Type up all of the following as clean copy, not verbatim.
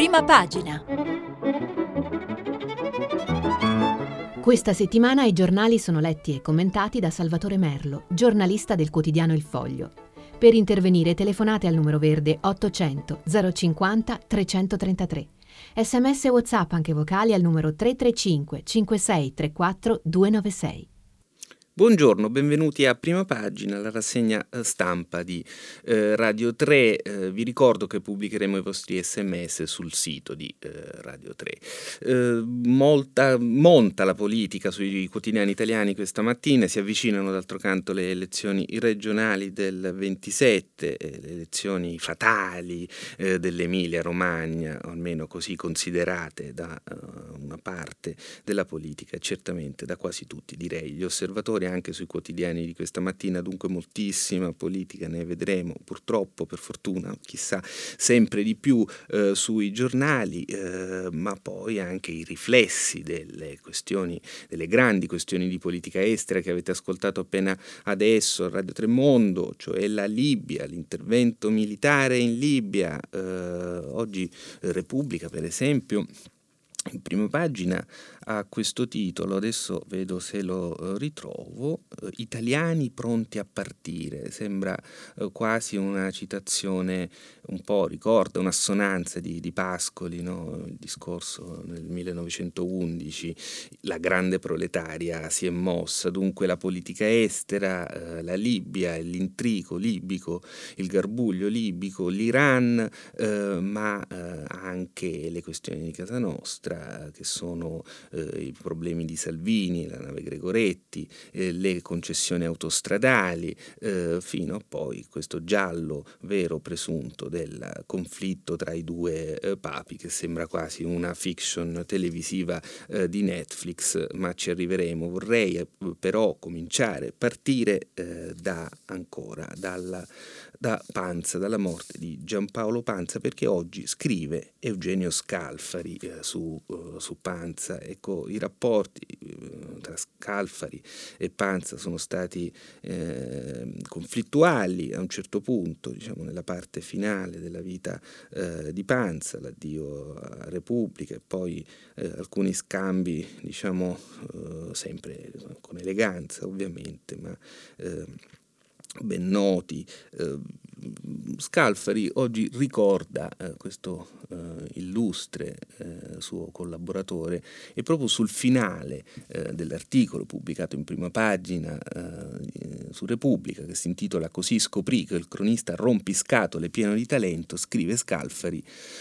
Prima pagina. Questa settimana i giornali sono letti e commentati da Salvatore Merlo, giornalista del quotidiano Il Foglio. Per intervenire telefonate al numero verde 800 050 333. SMS e WhatsApp anche vocali al numero 335 56 34 296. Buongiorno, benvenuti a Prima Pagina, la rassegna stampa di Radio 3. Vi ricordo che pubblicheremo i vostri SMS sul sito di Radio 3. Monta la politica sui quotidiani italiani questa mattina, si avvicinano d'altro canto le elezioni regionali del 27, le elezioni fatali dell'Emilia Romagna, o almeno così considerate da una parte della politica, certamente da quasi tutti, direi, gli osservatori anche sui quotidiani di questa mattina. Dunque moltissima politica, ne vedremo purtroppo, per fortuna, chissà, sempre di più sui giornali, ma poi anche i riflessi delle grandi questioni di politica estera che avete ascoltato appena adesso a Radio Tremondo, cioè la Libia, l'intervento militare in Libia. Oggi Repubblica, per esempio, in Prima Pagina ha questo titolo, adesso vedo se lo ritrovo, italiani pronti a partire. Sembra quasi una citazione, un po' ricorda un'assonanza di Pascoli, no? Il discorso nel 1911, la grande proletaria si è mossa, dunque la politica estera, la Libia, l'intrigo libico, il garbuglio libico, l'Iran, ma anche le questioni di casa nostra, che sono i problemi di Salvini, la nave Gregoretti, le concessioni autostradali, fino a poi questo giallo vero presunto del conflitto tra i due papi, che sembra quasi una fiction televisiva di Netflix, ma ci arriveremo. Vorrei però partire da Pansa, dalla morte di Giampaolo Pansa, perché oggi scrive Eugenio Scalfari su Pansa. Ecco, i rapporti tra Scalfari e Pansa sono stati conflittuali a un certo punto, diciamo nella parte finale della vita di Pansa, l'addio a Repubblica e poi alcuni scambi, diciamo sempre con eleganza ovviamente, ma ben noti. Scalfari oggi ricorda questo illustre suo collaboratore, e proprio sul finale dell'articolo pubblicato in Prima Pagina su Repubblica, che si intitola "Così scoprì che il cronista rompiscatole pieno di talento", scrive Scalfari: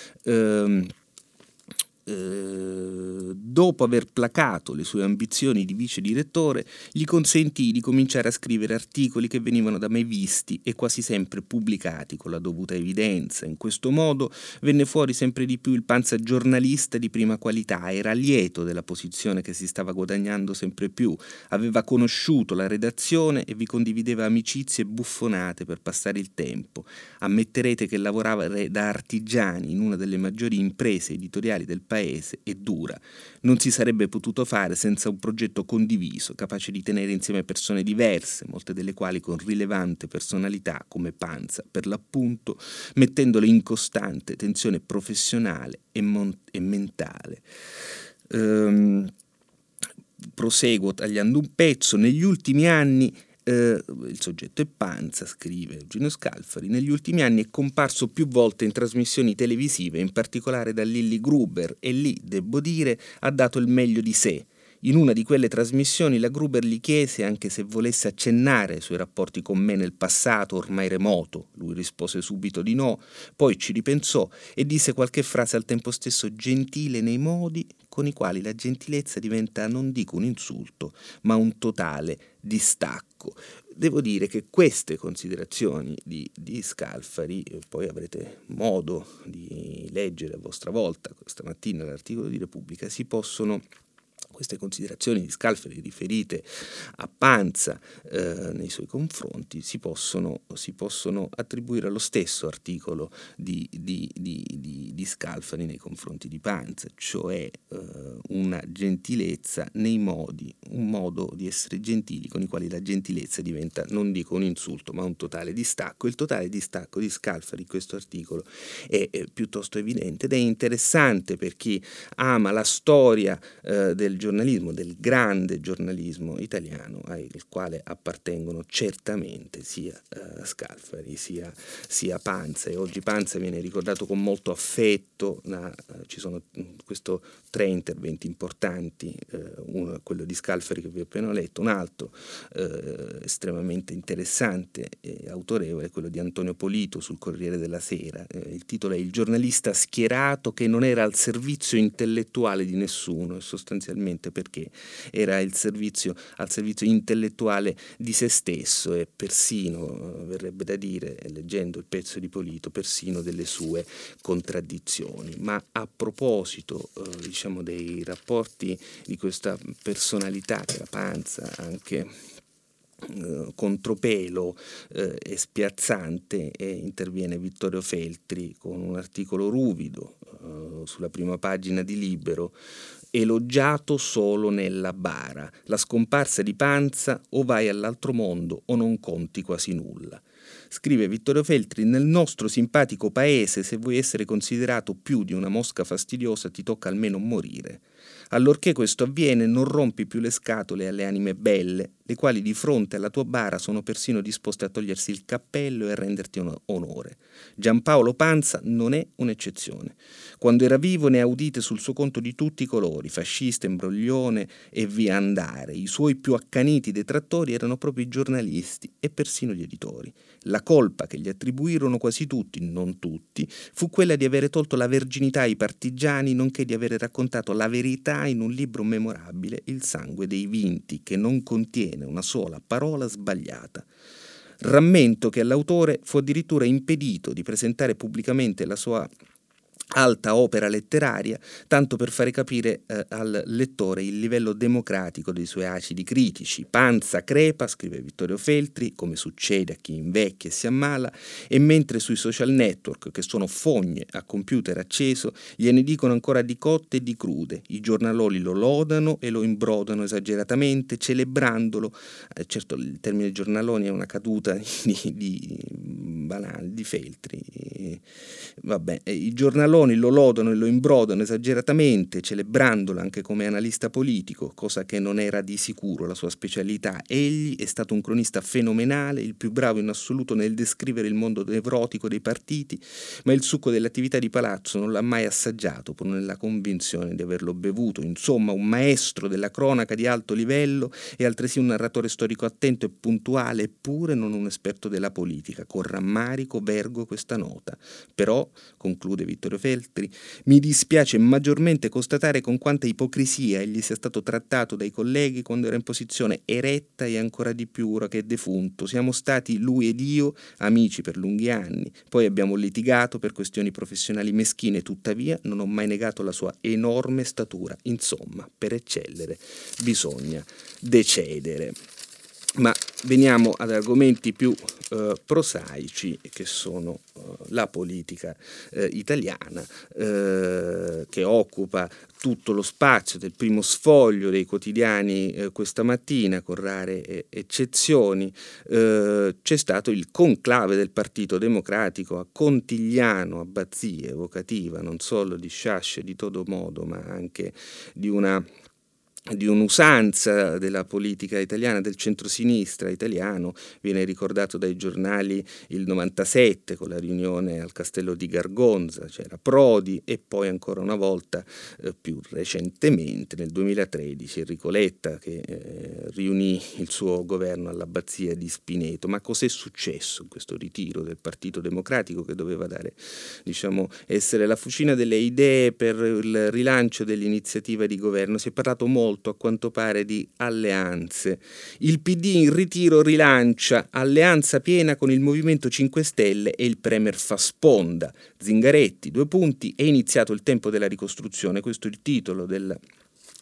dopo aver placato le sue ambizioni di vice direttore, gli consentii di cominciare a scrivere articoli che venivano da me visti e quasi sempre pubblicati con la dovuta evidenza. In questo modo venne fuori sempre di più il Pansa giornalista di prima qualità. Era lieto della posizione che si stava guadagnando sempre più, aveva conosciuto la redazione e vi condivideva amicizie e buffonate per passare il tempo. Ammetterete che lavorare da artigiani in una delle maggiori imprese editoriali del paese è dura. Non si sarebbe potuto fare senza un progetto condiviso, capace di tenere insieme persone diverse, molte delle quali con rilevante personalità, come Pansa, per l'appunto, mettendole in costante tensione professionale e mentale. Proseguo tagliando un pezzo. Negli ultimi anni il soggetto è Pansa, scrive Eugenio Scalfari, negli ultimi anni è comparso più volte in trasmissioni televisive, in particolare da Lilli Gruber, e lì, devo dire, ha dato il meglio di sé. In una di quelle trasmissioni la Gruber gli chiese anche se volesse accennare ai suoi rapporti con me nel passato ormai remoto. Lui rispose subito di no, poi ci ripensò e disse qualche frase al tempo stesso gentile nei modi con i quali la gentilezza diventa, non dico un insulto, ma un totale distacco. Devo dire che queste considerazioni di Scalfari, poi avrete modo di leggere a vostra volta questa mattina l'articolo di Repubblica, si possono Queste considerazioni di Scalfari riferite a Pansa nei suoi confronti si possono attribuire allo stesso articolo di Scalfari nei confronti di Pansa, cioè una gentilezza nei modi, un modo di essere gentili con i quali la gentilezza diventa, non dico un insulto, ma un totale distacco. Il totale distacco di Scalfari in questo articolo è piuttosto evidente ed è interessante per chi ama la storia del giornalismo, del grande giornalismo italiano, al quale appartengono certamente sia Scalfari sia Pansa, e oggi Pansa viene ricordato con molto affetto. Ci sono questo 3 interventi importanti, uno è quello di Scalfari che vi ho appena letto, un altro estremamente interessante e autorevole è quello di Antonio Polito sul Corriere della Sera. Il titolo è "Il giornalista schierato che non era al servizio intellettuale di nessuno", e sostanzialmente perché era al servizio intellettuale di se stesso e persino, verrebbe da dire, leggendo il pezzo di Polito, persino delle sue contraddizioni. Ma a proposito dei rapporti di questa personalità che era Pansa, anche contropelo e spiazzante, interviene Vittorio Feltri con un articolo ruvido sulla prima pagina di Libero, "Elogiato solo nella bara, la scomparsa di Pansa, o vai all'altro mondo o non conti quasi nulla". Scrive Vittorio Feltri: "Nel nostro simpatico paese, se vuoi essere considerato più di una mosca fastidiosa, ti tocca almeno morire. Allorché questo avviene, non rompi più le scatole alle anime belle, le quali di fronte alla tua bara sono persino disposte a togliersi il cappello e a renderti onore. Giampaolo Pansa non è un'eccezione. Quando era vivo ne ha udite sul suo conto di tutti i colori, fascista, imbroglione e via andare. I suoi più accaniti detrattori erano proprio i giornalisti e persino gli editori. La colpa che gli attribuirono quasi tutti, non tutti, fu quella di avere tolto la verginità ai partigiani, nonché di avere raccontato la verità in un libro memorabile, Il sangue dei vinti, che non contiene una sola parola sbagliata. Rammento che all'autore fu addirittura impedito di presentare pubblicamente la sua alta opera letteraria, tanto per fare capire al lettore il livello democratico dei suoi acidi critici. Pansa crepa", scrive Vittorio Feltri, "come succede a chi invecchia e si ammala, e mentre sui social network, che sono fogne a computer acceso, gliene dicono ancora di cotte e di crude. I giornaloni lo lodano e lo imbrodano esageratamente, celebrandolo". Certo, il termine giornaloni è una caduta banale di Feltri. Vabbè, i giornaloni lo lodano e lo imbrodano esageratamente, celebrandolo anche come analista politico, cosa che non era di sicuro la sua specialità. Egli è stato un cronista fenomenale, il più bravo in assoluto nel descrivere il mondo nevrotico dei partiti, ma il succo dell'attività di palazzo non l'ha mai assaggiato, pur nella convinzione di averlo bevuto. Insomma, un maestro della cronaca di alto livello e altresì un narratore storico attento e puntuale, eppure non un esperto della politica. Con rammarico vergo questa nota. Però, conclude Vittorio Feltri, mi dispiace maggiormente constatare con quanta ipocrisia egli sia stato trattato dai colleghi quando era in posizione eretta e ancora di più ora che è defunto. Siamo stati, lui ed io, amici per lunghi anni, poi abbiamo litigato per questioni professionali meschine, tuttavia non ho mai negato la sua enorme statura. Insomma, per eccellere bisogna decedere". Ma veniamo ad argomenti più prosaici, che sono la politica italiana, che occupa tutto lo spazio del primo sfoglio dei quotidiani questa mattina, con rare eccezioni. C'è stato il conclave del Partito Democratico a Contigliano, abbazia evocativa non solo di Sciascia e di Todomodo, ma anche di un'usanza della politica italiana, del centrosinistra italiano. Viene ricordato dai giornali il 97 con la riunione al Castello di Gargonza, c'era Prodi, e poi ancora una volta più recentemente nel 2013 Enrico Letta, che riunì il suo governo all'abbazia di Spineto. Ma cos'è successo in questo ritiro del Partito Democratico, che doveva dare, essere la fucina delle idee per il rilancio dell'iniziativa di governo? Si è parlato molto, a quanto pare, di alleanze. Il PD in ritiro rilancia alleanza piena con il Movimento 5 Stelle e il Premier fa sponda. Zingaretti, 2 punti, è iniziato il tempo della ricostruzione. Questo è il titolo del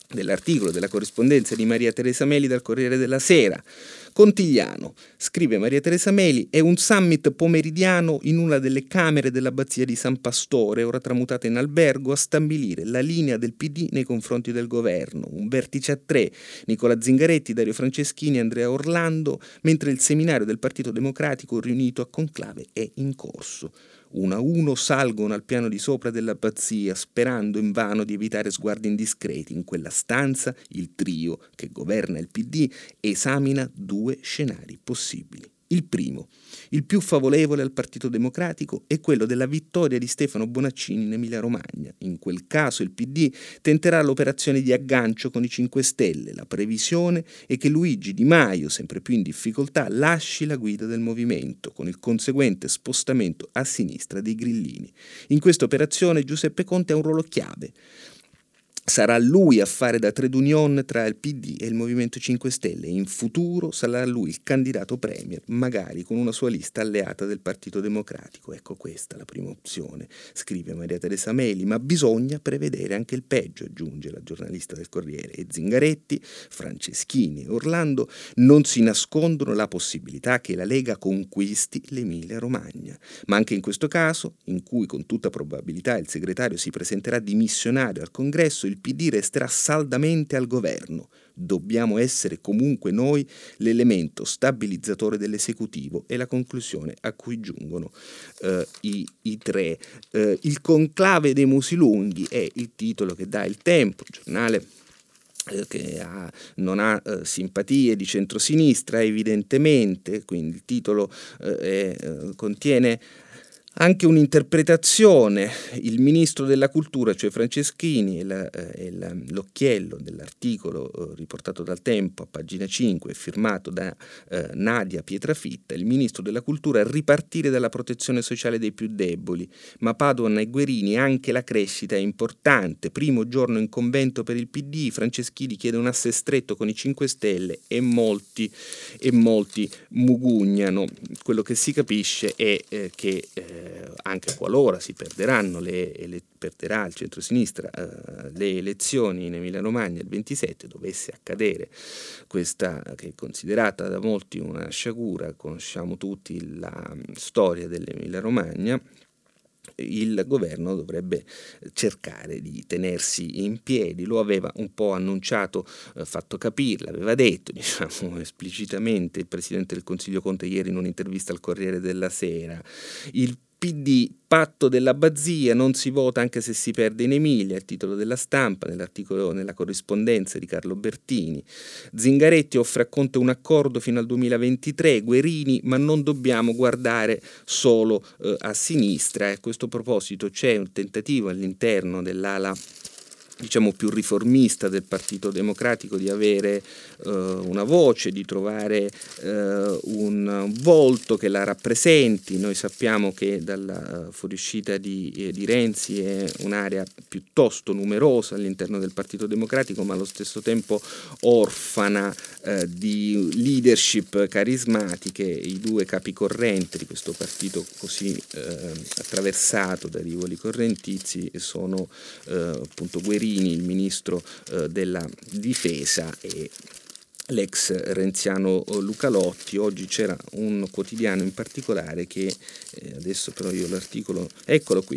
dell'articolo della corrispondenza di Maria Teresa Meli dal Corriere della Sera. Contigliano, scrive Maria Teresa Meli, è un summit pomeridiano in una delle camere dell'abbazia di San Pastore, ora tramutata in albergo, a stabilire la linea del PD nei confronti del governo. Un vertice a tre, Nicola Zingaretti, Dario Franceschini e Andrea Orlando, mentre il seminario del Partito Democratico riunito a conclave è in corso. Uno a uno salgono al piano di sopra dell'abbazia, sperando invano di evitare sguardi indiscreti. In quella stanza il trio, che governa il PD, esamina due scenari possibili. Il primo, il più favorevole al Partito Democratico, è quello della vittoria di Stefano Bonaccini in Emilia-Romagna. In quel caso il PD tenterà l'operazione di aggancio con i 5 Stelle. La previsione è che Luigi Di Maio, sempre più in difficoltà, lasci la guida del movimento, con il conseguente spostamento a sinistra dei grillini. In questa operazione Giuseppe Conte ha un ruolo chiave. Sarà lui a fare da trade union tra il PD e il Movimento 5 Stelle. In futuro sarà lui il candidato premier, magari con una sua lista alleata del Partito Democratico. Ecco questa la prima opzione, scrive Maria Teresa Meli, ma bisogna prevedere anche il peggio, aggiunge la giornalista del Corriere. E Zingaretti, Franceschini e Orlando non si nascondono la possibilità che la Lega conquisti l'Emilia-Romagna. Ma anche in questo caso, in cui con tutta probabilità il segretario si presenterà dimissionario al Congresso, il PD resterà saldamente al governo. Dobbiamo essere comunque noi l'elemento stabilizzatore dell'esecutivo, è la conclusione a cui giungono i tre. Il conclave dei Musilunghi è il titolo che dà il Tempo, giornale che non ha simpatie di centrosinistra evidentemente, quindi il titolo contiene anche un'interpretazione. Il ministro della cultura, cioè Franceschini, l'occhiello dell'articolo riportato dal Tempo a pagina 5, firmato da Nadia Pietrafitta, il ministro della cultura, ripartire dalla protezione sociale dei più deboli, ma Padoan e Guerini anche la crescita è importante. Primo giorno in convento per il PD, Franceschini chiede un asse stretto con i 5 Stelle e molti mugugnano. Quello che si capisce è che anche qualora si perderanno perderà il centrosinistra le elezioni in Emilia-Romagna il 27, dovesse accadere questa che è considerata da molti una sciagura, conosciamo tutti la storia dell'Emilia-Romagna, il governo dovrebbe cercare di tenersi in piedi. Lo aveva un po' annunciato, fatto capire, l'aveva detto, diciamo, esplicitamente il Presidente del Consiglio Conte ieri in un'intervista al Corriere della Sera. Il PD, patto dell'abbazia, non si vota anche se si perde in Emilia, il titolo della Stampa, nell'articolo, nella corrispondenza di Carlo Bertini. Zingaretti offre a Conte un accordo fino al 2023, Guerini, ma non dobbiamo guardare solo a sinistra. A questo proposito c'è un tentativo all'interno dell'ala, diciamo, più riformista del Partito Democratico di avere una voce, di trovare un volto che la rappresenti. Noi sappiamo che dalla fuoriuscita di Renzi è un'area piuttosto numerosa all'interno del Partito Democratico, ma allo stesso tempo orfana di leadership carismatiche. I due capi corrente di questo partito così attraversato dai rivoli correntizi sono appunto Guerini, il ministro della difesa, e l'ex renziano Luca Lotti. Oggi c'era un quotidiano in particolare che adesso però io l'articolo, eccolo qui,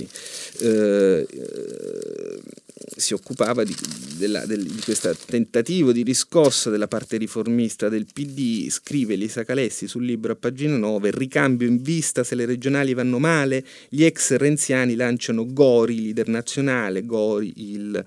si occupava di questo tentativo di riscossa della parte riformista del PD. Scrive Elisa Calessi sul Libro a pagina 9: ricambio in vista se le regionali vanno male, gli ex renziani lanciano Gori, leader nazionale, Gori il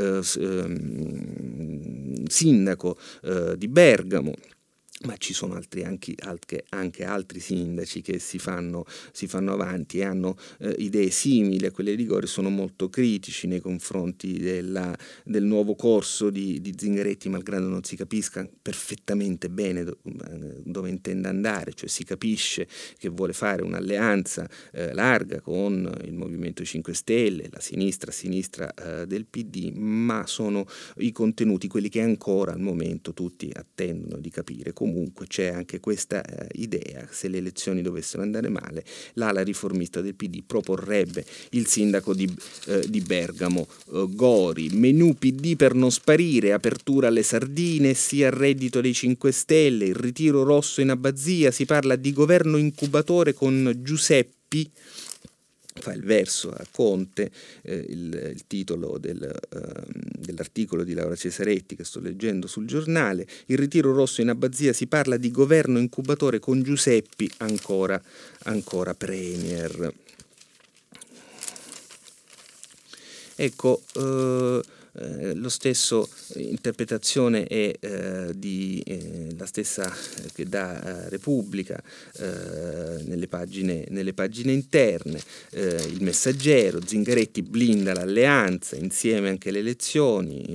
sindaco di Bergamo. Ma ci sono anche altri sindaci che si fanno avanti e hanno idee simili a quelle di Gori, sono molto critici nei confronti del nuovo corso di Zingaretti, malgrado non si capisca perfettamente bene dove intenda andare. Cioè si capisce che vuole fare un'alleanza larga con il Movimento 5 Stelle, la sinistra del PD, ma sono i contenuti quelli che ancora al momento tutti attendono di capire. Comunque comunque c'è anche questa idea: se le elezioni dovessero andare male, l'ala riformista del PD proporrebbe il sindaco di Bergamo, Gori. Menù PD per non sparire, apertura alle sardine, sia al reddito dei 5 Stelle, il ritiro rosso in abbazia, si parla di governo incubatore con Giuseppi. Fa il verso a Conte, il titolo dell'articolo di Laura Cesaretti che sto leggendo sul giornale: il ritiro rosso in abbazia, si parla di governo incubatore con Giuseppi, ancora premier. Ecco, lo stesso interpretazione è la stessa che dà Repubblica nelle pagine interne. Il Messaggero: Zingaretti blinda l'alleanza, insieme anche le elezioni.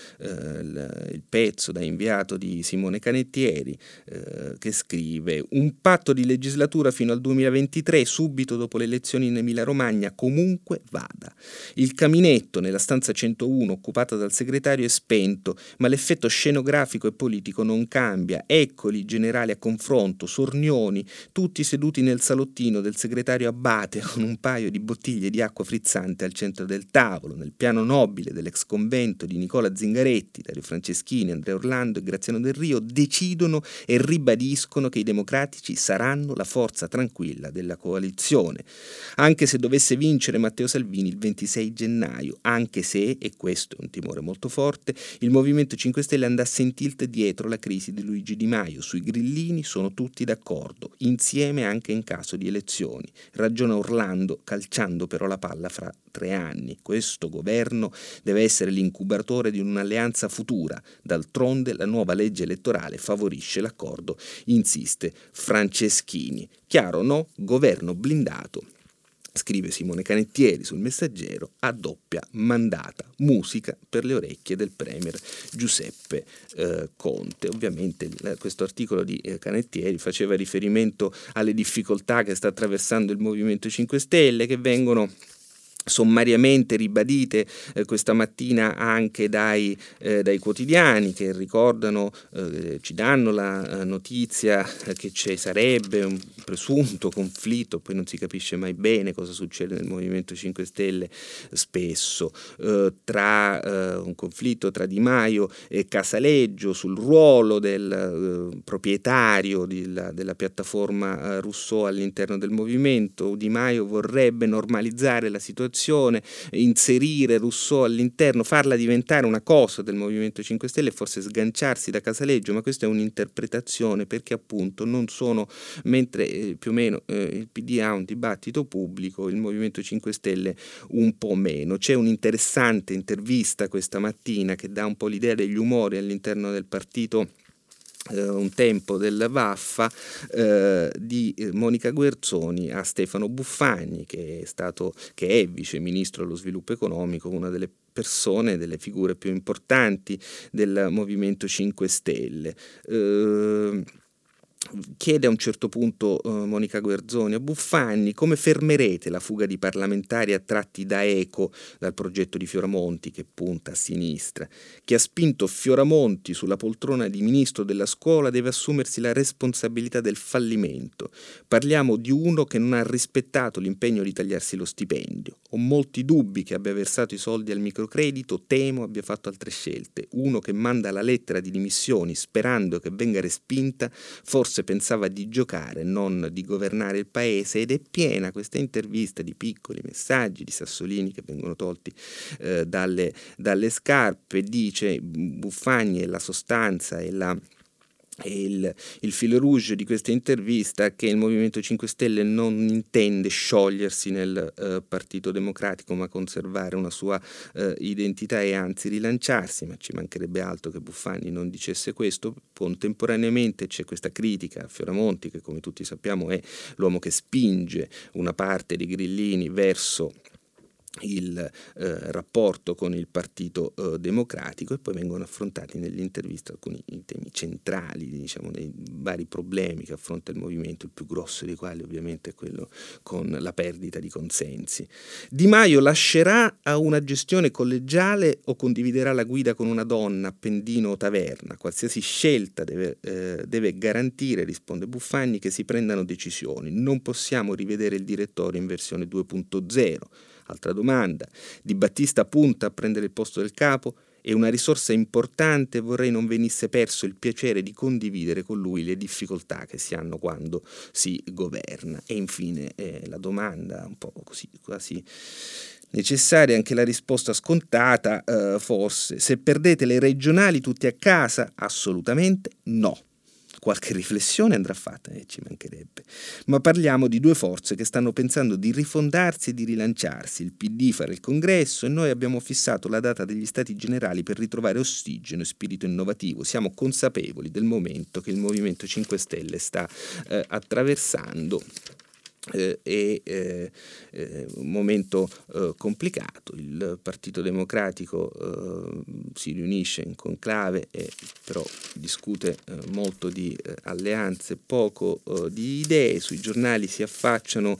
Il pezzo da inviato di Simone Canettieri che scrive: un patto di legislatura fino al 2023, subito dopo le elezioni in Emilia Romagna, comunque vada. Il caminetto nella stanza 101 occupata dal segretario è spento, ma l'effetto scenografico e politico non cambia. Eccoli, generali a confronto, sornioni, tutti seduti nel salottino del segretario Abbate con un paio di bottiglie di acqua frizzante al centro del tavolo, nel piano nobile dell'ex convento di Nicola Zingaretti. Dario Franceschini, Andrea Orlando e Graziano Del Rio decidono e ribadiscono che i democratici saranno la forza tranquilla della coalizione, anche se dovesse vincere Matteo Salvini il 26 gennaio, anche se, e questo è un timore molto forte, il Movimento 5 Stelle andasse in tilt dietro la crisi di Luigi Di Maio. Sui grillini sono tutti d'accordo, insieme anche in caso di elezioni. Ragiona Orlando, calciando però la palla fra 3 anni. Questo governo deve essere l'incubatore di un'alleanza futura. D'altronde la nuova legge elettorale favorisce l'accordo, insiste Franceschini. Chiaro, no? Governo blindato. Scrive Simone Canettieri sul Messaggero, a doppia mandata, musica per le orecchie del premier Giuseppe Conte. Ovviamente questo articolo di Canettieri faceva riferimento alle difficoltà che sta attraversando il Movimento 5 Stelle, che vengono sommariamente ribadite questa mattina anche dai quotidiani, che ricordano, ci danno la notizia che ci sarebbe un presunto conflitto, poi non si capisce mai bene cosa succede nel Movimento 5 Stelle spesso, tra un conflitto tra Di Maio e Casaleggio sul ruolo del proprietario della piattaforma Rousseau all'interno del movimento. Di Maio vorrebbe normalizzare la situazione, inserire Rousseau all'interno, farla diventare una cosa del Movimento 5 Stelle e forse sganciarsi da Casaleggio, ma questa è un'interpretazione, perché appunto non sono, mentre più o meno il PD ha un dibattito pubblico, il Movimento 5 Stelle un po' meno. C'è un'interessante intervista questa mattina che dà un po' l'idea degli umori all'interno del partito un tempo del Vaffa, di Monica Guerzoni a Stefano Buffagni, che è vice ministro dello sviluppo economico, una delle persone, delle figure più importanti del Movimento 5 Stelle. Chiede a un certo punto Monica Guerzoni a Buffagni: come fermerete la fuga di parlamentari attratti da Eco, dal progetto di Fioramonti che punta a sinistra? Chi ha spinto Fioramonti sulla poltrona di ministro della scuola deve assumersi la responsabilità del fallimento. Parliamo di uno che non ha rispettato l'impegno di tagliarsi lo stipendio. Ho molti dubbi che abbia versato i soldi al microcredito, temo abbia fatto altre scelte. Uno che manda la lettera di dimissioni sperando che venga respinta, forse pensava di giocare, non di governare il paese. Ed è piena questa intervista di piccoli messaggi di sassolini che vengono tolti dalle scarpe. Dice Buffagni, e la sostanza e il filo rouge di questa intervista, che il Movimento 5 Stelle non intende sciogliersi nel Partito Democratico, ma conservare una sua identità e anzi rilanciarsi, ma ci mancherebbe altro che Buffagni non dicesse questo. Contemporaneamente c'è questa critica a Fioramonti, che come tutti sappiamo è l'uomo che spinge una parte dei grillini verso il rapporto con il Partito Democratico, e poi vengono affrontati nell'intervista alcuni temi centrali, diciamo, dei vari problemi che affronta il movimento, il più grosso dei quali ovviamente è quello con la perdita di consensi. Di Maio lascerà a una gestione collegiale o condividerà la guida con una donna, appendino o taverna? Qualsiasi scelta deve garantire, risponde Buffagni, che si prendano decisioni. Non possiamo rivedere il direttorio in versione 2.0. Altra domanda. Di Battista punta a prendere il posto del capo? È una risorsa importante, vorrei non venisse perso il piacere di condividere con lui le difficoltà che si hanno quando si governa. E infine la domanda un po' così quasi necessaria, anche la risposta scontata, forse: se perdete le regionali tutti a casa? Assolutamente no. Qualche riflessione andrà fatta, ci mancherebbe. Ma parliamo di due forze che stanno pensando di rifondarsi e di rilanciarsi. Il PD farà il congresso e noi abbiamo fissato la data degli Stati Generali per ritrovare ossigeno e spirito innovativo. Siamo consapevoli del momento che il Movimento 5 Stelle sta attraversando. Un momento complicato. Il Partito Democratico si riunisce in conclave e però discute molto di alleanze, poco di idee. Sui giornali si affacciano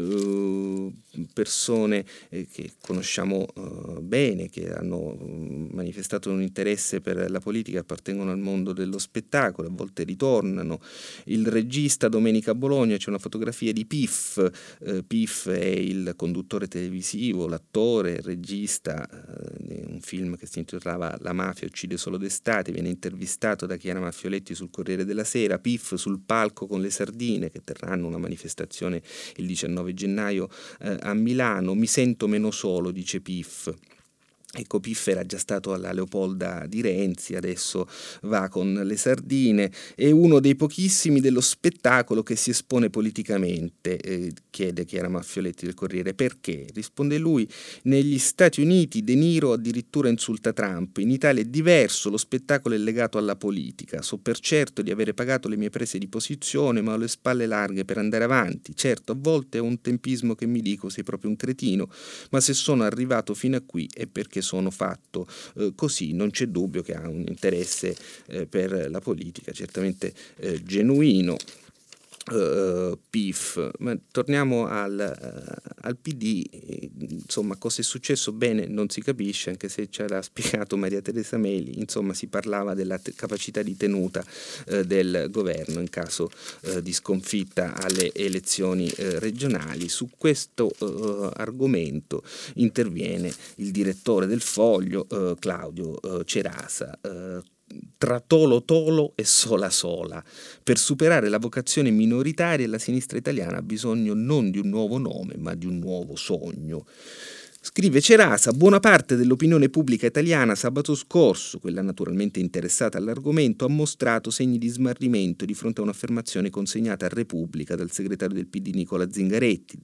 persone che conosciamo bene, che hanno manifestato un interesse per la politica, appartengono al mondo dello spettacolo, a volte ritornano. Il regista Domenica Bologna, c'è una fotografia di Piff. Piff è il conduttore televisivo, l'attore, il regista di un film che si intitolava La mafia uccide solo d'estate. Viene intervistato da Chiara Maffioletti sul Corriere della Sera. Piff sul palco con le sardine, che terranno una manifestazione il 19 gennaio a Milano. Mi sento meno solo, dice Piff. Ecco, Piff era già stato alla Leopolda di Renzi, adesso va con le sardine. È uno dei pochissimi dello spettacolo che si espone politicamente, chiede Chiara Maffioletti del Corriere. Perché? Risponde lui: negli Stati Uniti De Niro addirittura insulta Trump, in Italia è diverso, lo spettacolo è legato alla politica. So per certo di avere pagato le mie prese di posizione, ma ho le spalle larghe per andare avanti. Certo, a volte ho un tempismo che mi dico sei proprio un cretino, ma se sono arrivato fino a qui è perché sono fatto così. Non c'è dubbio che ha un interesse per la politica certamente genuino. Piff. Ma torniamo al PD. Insomma, cosa è successo? Bene, non si capisce, anche se ce l'ha spiegato Maria Teresa Meli. Insomma, si parlava della capacità di tenuta del governo in caso di sconfitta alle elezioni regionali. Su questo argomento interviene il direttore del Foglio, Claudio Cerasa. Tra Tolo e Sola. Per superare la vocazione minoritaria, la sinistra italiana ha bisogno non di un nuovo nome, ma di un nuovo sogno. Scrive Cerasa: buona parte dell'opinione pubblica italiana sabato scorso, quella naturalmente interessata all'argomento, ha mostrato segni di smarrimento di fronte a un'affermazione consegnata a Repubblica dal segretario del PD Nicola Zingaretti.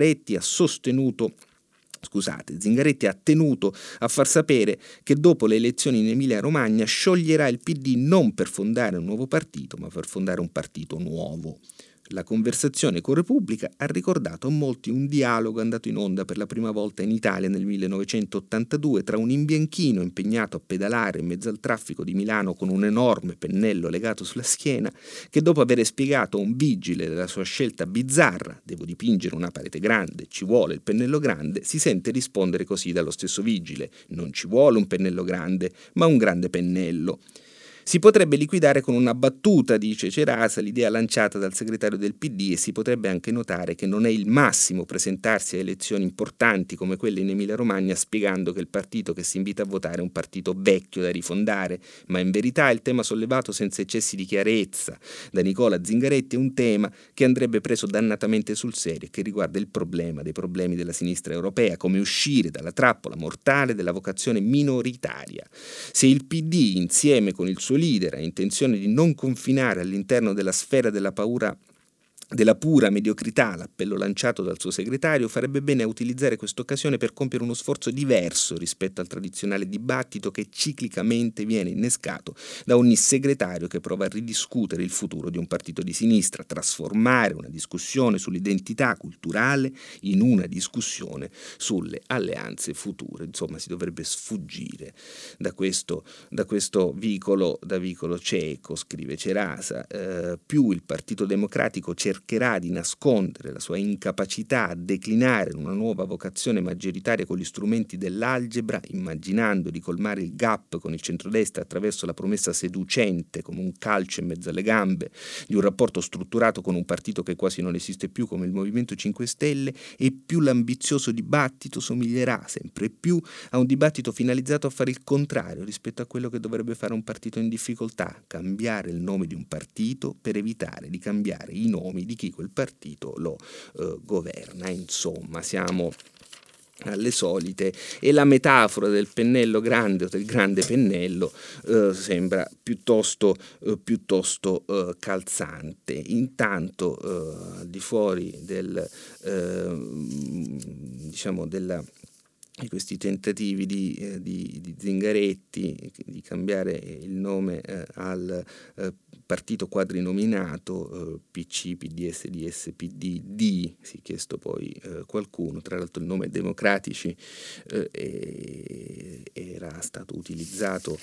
Zingaretti ha tenuto a far sapere che dopo le elezioni in Emilia-Romagna scioglierà il PD non per fondare un nuovo partito, ma per fondare un partito nuovo. La conversazione con Repubblica ha ricordato a molti un dialogo andato in onda per la prima volta in Italia nel 1982 tra un imbianchino impegnato a pedalare in mezzo al traffico di Milano con un enorme pennello legato sulla schiena, che dopo aver spiegato a un vigile della sua scelta bizzarra, devo dipingere una parete grande, ci vuole il pennello grande, si sente rispondere così dallo stesso vigile: non ci vuole un pennello grande, ma un grande pennello. Si potrebbe liquidare con una battuta, dice Cerasa, l'idea lanciata dal segretario del PD, e si potrebbe anche notare che non è il massimo presentarsi a elezioni importanti come quelle in Emilia-Romagna spiegando che il partito che si invita a votare è un partito vecchio da rifondare, ma in verità il tema sollevato senza eccessi di chiarezza da Nicola Zingaretti è un tema che andrebbe preso dannatamente sul serio e che riguarda il problema dei problemi della sinistra europea, come uscire dalla trappola mortale della vocazione minoritaria. Se il PD, insieme con il suo leader, ha intenzione di non confinare all'interno della sfera della paura della pura mediocrità, l'appello lanciato dal suo segretario, farebbe bene a utilizzare questa occasione per compiere uno sforzo diverso rispetto al tradizionale dibattito che ciclicamente viene innescato da ogni segretario che prova a ridiscutere il futuro di un partito di sinistra, trasformare una discussione sull'identità culturale in una discussione sulle alleanze future. Insomma, si dovrebbe sfuggire da questo vicolo cieco, scrive Cerasa. Più il Partito Democratico cercherà di nascondere la sua incapacità a declinare una nuova vocazione maggioritaria con gli strumenti dell'algebra, immaginando di colmare il gap con il centrodestra attraverso la promessa seducente, come un calcio in mezzo alle gambe, di un rapporto strutturato con un partito che quasi non esiste più come il Movimento 5 Stelle, e più l'ambizioso dibattito somiglierà sempre più a un dibattito finalizzato a fare il contrario rispetto a quello che dovrebbe fare un partito in difficoltà: cambiare il nome di un partito per evitare di cambiare i nomi di chi quel partito lo governa. Insomma, siamo alle solite, e la metafora del pennello grande o del grande pennello sembra piuttosto calzante. Intanto al di fuori di questi tentativi di Zingaretti di cambiare il nome al partito quadrinominato, PC, PD, SDS, PD, D, si è chiesto poi qualcuno, tra l'altro il nome Democratici era stato utilizzato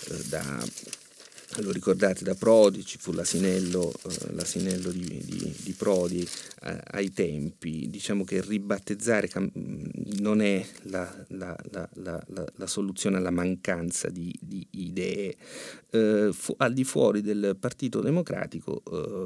lo ricordate, da Prodi, ci fu l'asinello di Prodi ai tempi. Diciamo che ribattezzare non è la soluzione alla mancanza di idee. Al di fuori del Partito Democratico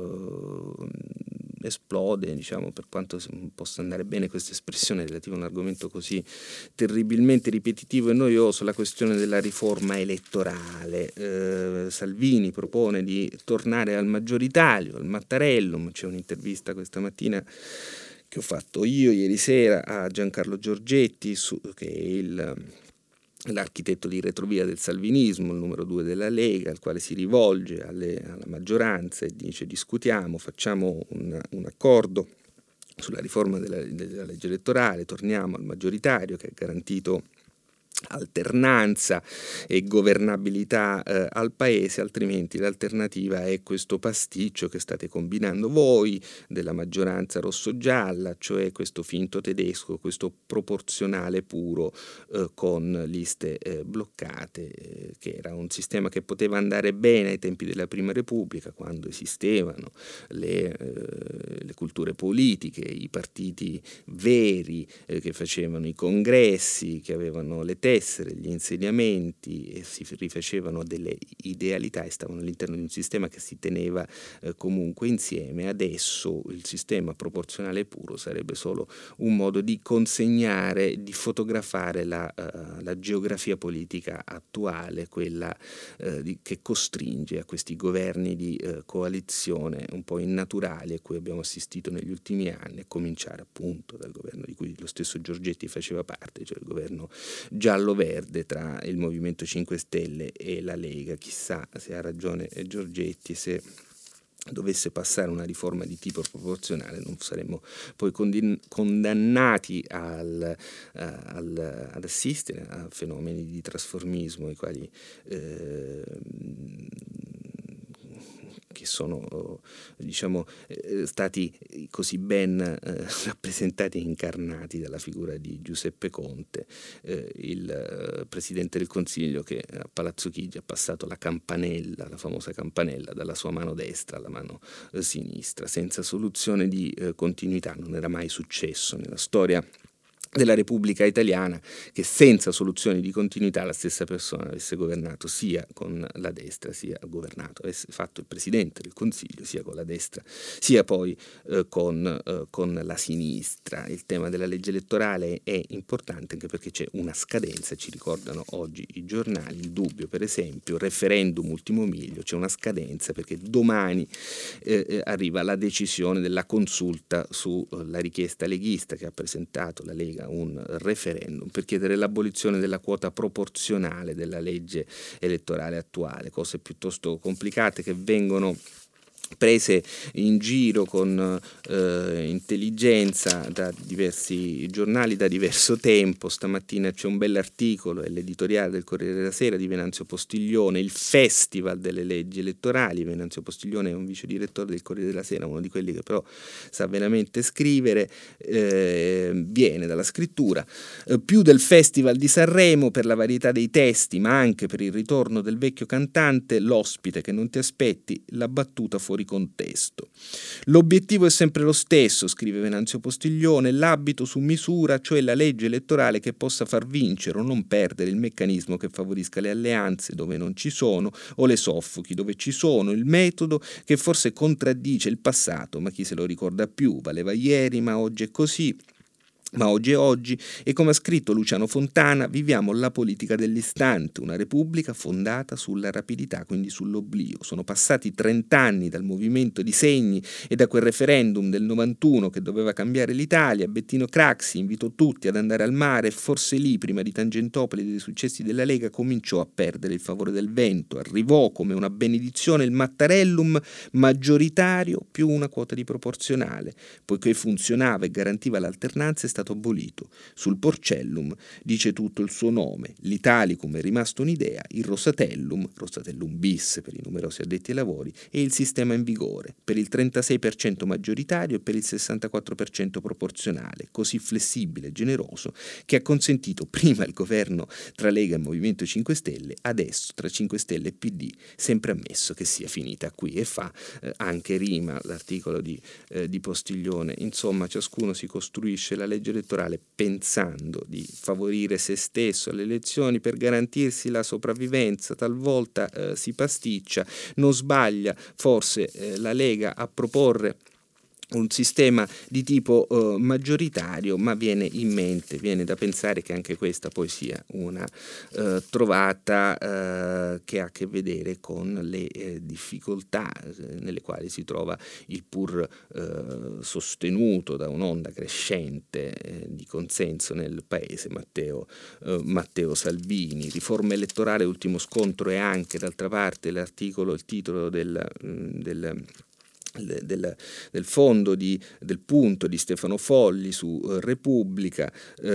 esplode, diciamo, per quanto possa andare bene questa espressione relativa a un argomento così terribilmente ripetitivo e noioso, la questione della riforma elettorale. Salvini propone di tornare al maggioritario, al Mattarellum. C'è un'intervista questa mattina che ho fatto io ieri sera a Giancarlo Giorgetti, che è l'architetto di retrovia del salvinismo, il numero 2 della Lega, al quale si rivolge alla maggioranza e dice: discutiamo, facciamo un accordo sulla riforma della legge elettorale, torniamo al maggioritario che ha garantito alternanza e governabilità al paese, altrimenti l'alternativa è questo pasticcio che state combinando voi della maggioranza rosso-gialla, cioè questo finto tedesco, questo proporzionale puro con liste bloccate, che era un sistema che poteva andare bene ai tempi della Prima Repubblica, quando esistevano le culture politiche, i partiti veri che facevano i congressi, che avevano le tessere, gli insediamenti e si rifacevano delle idealità e stavano all'interno di un sistema che si teneva comunque insieme. Adesso il sistema proporzionale puro sarebbe solo un modo di consegnare, di fotografare la geografia politica attuale, quella che costringe a questi governi di coalizione un po' innaturali a cui abbiamo assistito negli ultimi anni, a cominciare appunto dal governo di cui lo stesso Giorgetti faceva parte, cioè il governo giallo-verde tra il Movimento 5 Stelle e la Lega. Chissà se ha ragione Giorgetti, se dovesse passare una riforma di tipo proporzionale non saremmo poi condannati ad assistere a fenomeni di trasformismo, i quali che sono stati così ben rappresentati e incarnati dalla figura di Giuseppe Conte, il Presidente del Consiglio che a Palazzo Chigi ha passato la campanella, la famosa campanella, dalla sua mano destra alla mano sinistra, senza soluzione di continuità. Non era mai successo nella storia della Repubblica Italiana che senza soluzioni di continuità la stessa persona avesse governato sia con la destra, sia governato, avesse fatto il Presidente del Consiglio sia con la destra, sia poi con la sinistra. Il tema della legge elettorale è importante anche perché c'è una scadenza, ci ricordano oggi i giornali, il Dubbio per esempio, referendum ultimo miglio, c'è una scadenza perché domani arriva la decisione della consulta sulla richiesta leghista che ha presentato la Lega un referendum per chiedere l'abolizione della quota proporzionale della legge elettorale attuale, cose piuttosto complicate che vengono prese in giro con intelligenza da diversi giornali da diverso tempo. Stamattina c'è un bell'articolo, è l'editoriale del Corriere della Sera di Venanzio Postiglione, il festival delle leggi elettorali. Venanzio Postiglione è un vice direttore del Corriere della Sera, uno di quelli che però sa veramente scrivere, viene dalla scrittura, più del festival di Sanremo per la varietà dei testi, ma anche per il ritorno del vecchio cantante, l'ospite che non ti aspetti, la battuta fuori contesto. L'obiettivo è sempre lo stesso, scrive Venanzio Postiglione, l'abito su misura, cioè la legge elettorale che possa far vincere o non perdere, il meccanismo che favorisca le alleanze dove non ci sono o le soffochi dove ci sono, il metodo che forse contraddice il passato, ma chi se lo ricorda più, valeva ieri ma oggi è così. Ma oggi è oggi, e come ha scritto Luciano Fontana, viviamo la politica dell'istante, una repubblica fondata sulla rapidità, quindi sull'oblio. Sono passati 30 anni dal movimento di segni e da quel referendum del 91 che doveva cambiare l'Italia. Bettino Craxi invitò tutti ad andare al mare e forse lì, prima di Tangentopoli e dei successi della Lega, cominciò a perdere il favore del vento. Arrivò come una benedizione il Mattarellum maggioritario più una quota di proporzionale. Poiché funzionava e garantiva l'alternanza, è stato abolito. Sul Porcellum dice tutto il suo nome. L'Italicum è rimasto un'idea, il Rosatellum bis per i numerosi addetti ai lavori, è il sistema in vigore, per il 36% maggioritario e per il 64% proporzionale, così flessibile e generoso che ha consentito prima il governo tra Lega e Movimento 5 Stelle, adesso tra 5 Stelle e PD, sempre ammesso che sia finita qui. E fa anche rima l'articolo di Postiglione. Insomma, ciascuno si costruisce la legge elettorale pensando di favorire se stesso alle elezioni per garantirsi la sopravvivenza. Talvolta si pasticcia, non sbaglia forse la Lega a proporre un sistema di tipo maggioritario, ma viene da pensare che anche questa poi sia una trovata che ha a che vedere con le difficoltà nelle quali si trova il pur sostenuto da un'onda crescente di consenso nel paese Matteo Salvini. Riforma elettorale, ultimo scontro, e anche d'altra parte il titolo del fondo del punto di Stefano Folli su Repubblica,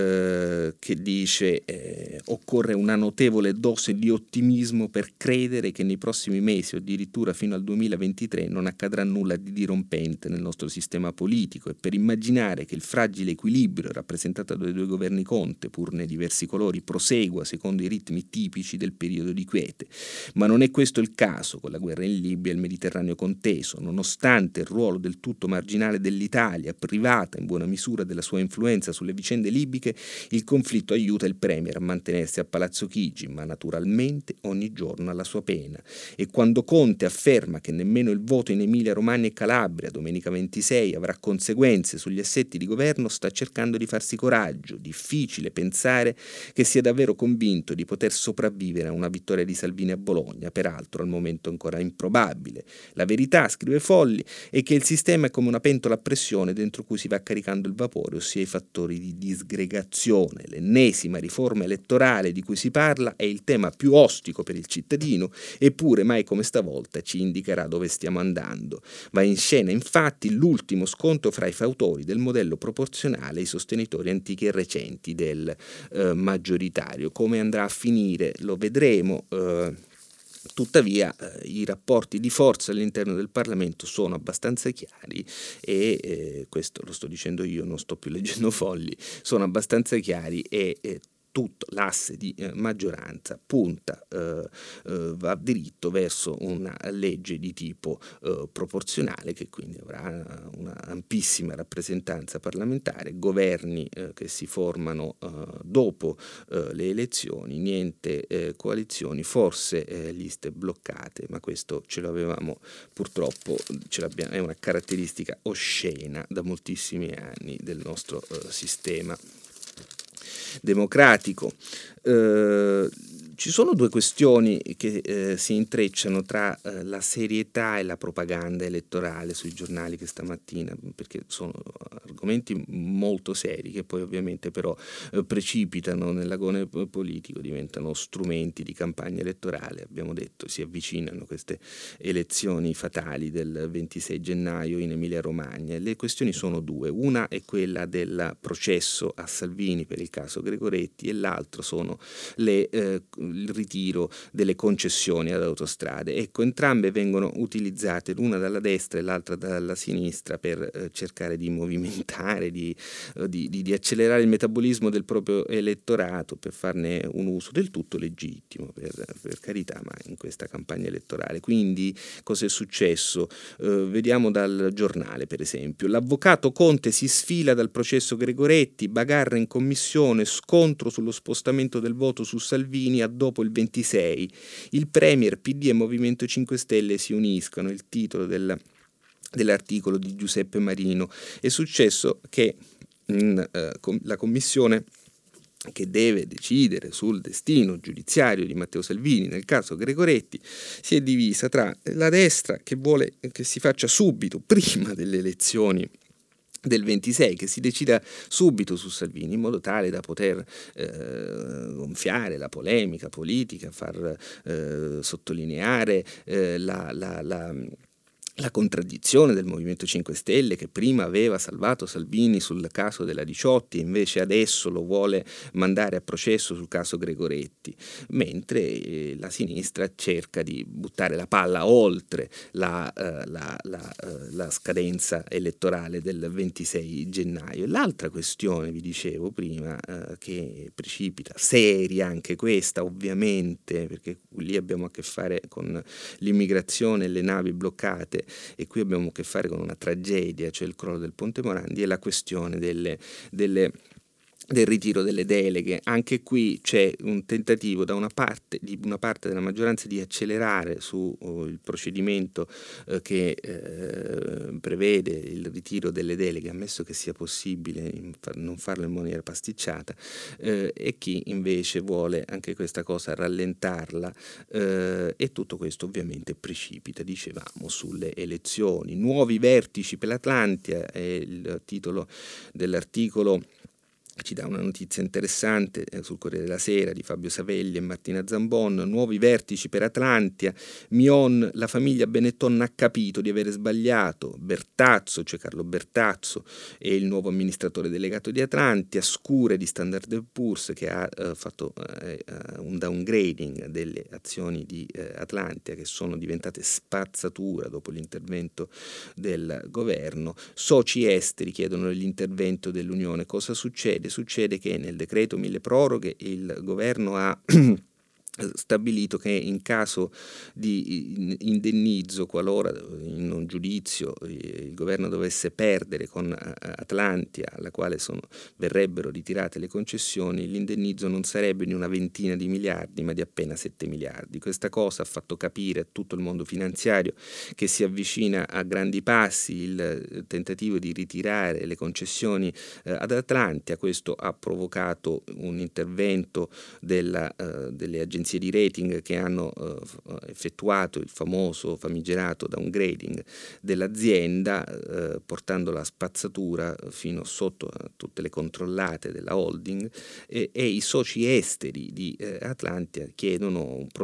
che dice occorre una notevole dose di ottimismo per credere che nei prossimi mesi o addirittura fino al 2023 non accadrà nulla di dirompente nel nostro sistema politico, e per immaginare che il fragile equilibrio rappresentato dai due governi Conte, pur nei diversi colori, prosegua secondo i ritmi tipici del periodo di quiete. Ma non è questo il caso, con la guerra in Libia e il Mediterraneo conteso, nonostante il ruolo del tutto marginale dell'Italia, privata in buona misura della sua influenza sulle vicende libiche, il conflitto aiuta il Premier a mantenersi a Palazzo Chigi, ma naturalmente ogni giorno alla sua pena. E quando Conte afferma che nemmeno il voto in Emilia-Romagna e Calabria domenica 26 avrà conseguenze sugli assetti di governo, sta cercando di farsi coraggio. Difficile pensare che sia davvero convinto di poter sopravvivere a una vittoria di Salvini a Bologna, peraltro al momento ancora improbabile. La verità, scrive Folli, e che il sistema è come una pentola a pressione dentro cui si va caricando il vapore, ossia i fattori di disgregazione. L'ennesima riforma elettorale di cui si parla è il tema più ostico per il cittadino, eppure mai come stavolta ci indicherà dove stiamo andando. Va in scena infatti l'ultimo scontro fra i fautori del modello proporzionale e i sostenitori antichi e recenti del maggioritario. Come andrà a finire lo vedremo. Tuttavia i rapporti di forza all'interno del Parlamento sono abbastanza chiari e questo lo sto dicendo io, non sto più leggendo Folli, sono abbastanza chiari e tutto l'asse di maggioranza punta, va diritto verso una legge di tipo proporzionale, che quindi avrà una ampissima rappresentanza parlamentare, governi che si formano dopo le elezioni, niente coalizioni, forse liste bloccate, ma questo ce l'avevamo purtroppo, è una caratteristica oscena da moltissimi anni del nostro sistema. Democratico. Ci sono due questioni che si intrecciano tra la serietà e la propaganda elettorale sui giornali questa mattina, perché sono argomenti molto seri che poi ovviamente però precipitano nell'agone politico, diventano strumenti di campagna elettorale. Abbiamo detto, si avvicinano queste elezioni fatali del 26 gennaio in Emilia-Romagna. Le questioni sono due: una è quella del processo a Salvini per il caso Gregoretti e l'altro sono il ritiro delle concessioni ad Autostrade. Ecco, entrambe vengono utilizzate, l'una dalla destra e l'altra dalla sinistra, per cercare di movimentare, di accelerare il metabolismo del proprio elettorato, per farne un uso del tutto legittimo, per carità, ma in questa campagna elettorale. Quindi cosa è successo? Vediamo dal Giornale, per esempio. L'avvocato Conte si sfila dal processo Gregoretti, bagarre in commissione, scontro sullo spostamento del voto su Salvini a dopo il 26. Il Premier, PD e Movimento 5 Stelle si uniscono. Il titolo dell'articolo di Giuseppe Marino. È successo che la commissione che deve decidere sul destino giudiziario di Matteo Salvini nel caso Gregoretti si è divisa tra la destra, che vuole che si faccia subito, prima delle elezioni del 26, che si decida subito su Salvini, in modo tale da poter gonfiare la polemica politica, far sottolineare la contraddizione del Movimento 5 Stelle, che prima aveva salvato Salvini sul caso della Diciotti e invece adesso lo vuole mandare a processo sul caso Gregoretti, mentre la sinistra cerca di buttare la palla oltre la scadenza elettorale del 26 gennaio. L'altra questione, vi dicevo prima, che precipita, seria anche questa ovviamente, perché lì abbiamo a che fare con l'immigrazione e le navi bloccate, e qui abbiamo a che fare con una tragedia, cioè il crollo del Ponte Morandi, e la questione del ritiro delle deleghe. Anche qui c'è un tentativo di una parte della maggioranza di accelerare su il procedimento che prevede il ritiro delle deleghe, ammesso che sia possibile non farlo in maniera pasticciata, e chi invece vuole anche questa cosa rallentarla, e tutto questo ovviamente precipita, dicevamo, sulle elezioni. Nuovi vertici per l'Atlantia è il titolo dell'articolo. Ci dà una notizia interessante sul Corriere della Sera di Fabio Savelli e Martina Zambon. Nuovi vertici per Atlantia. Mion, la famiglia Benetton ha capito di avere sbagliato. Bertazzo, cioè Carlo Bertazzo, è il nuovo amministratore delegato di Atlantia. Scure di Standard & Poor's, che ha fatto un downgrading delle azioni di Atlantia, che sono diventate spazzatura dopo l'intervento del governo. Soci esteri chiedono l'intervento dell'Unione. Cosa succede? Succede che nel decreto mille proroghe il governo ha stabilito che in caso di indennizzo, qualora in un giudizio il governo dovesse perdere con Atlantia, alla quale verrebbero ritirate le concessioni, l'indennizzo non sarebbe di una ventina di miliardi ma di appena 7 miliardi. Questa cosa ha fatto capire a tutto il mondo finanziario che si avvicina a grandi passi il tentativo di ritirare le concessioni ad Atlantia. Questo ha provocato un intervento delle agenzie di rating che hanno effettuato il famoso famigerato downgrading dell'azienda, portandola a spazzatura fino sotto a tutte le controllate della holding, e i soci esteri di Atlantia chiedono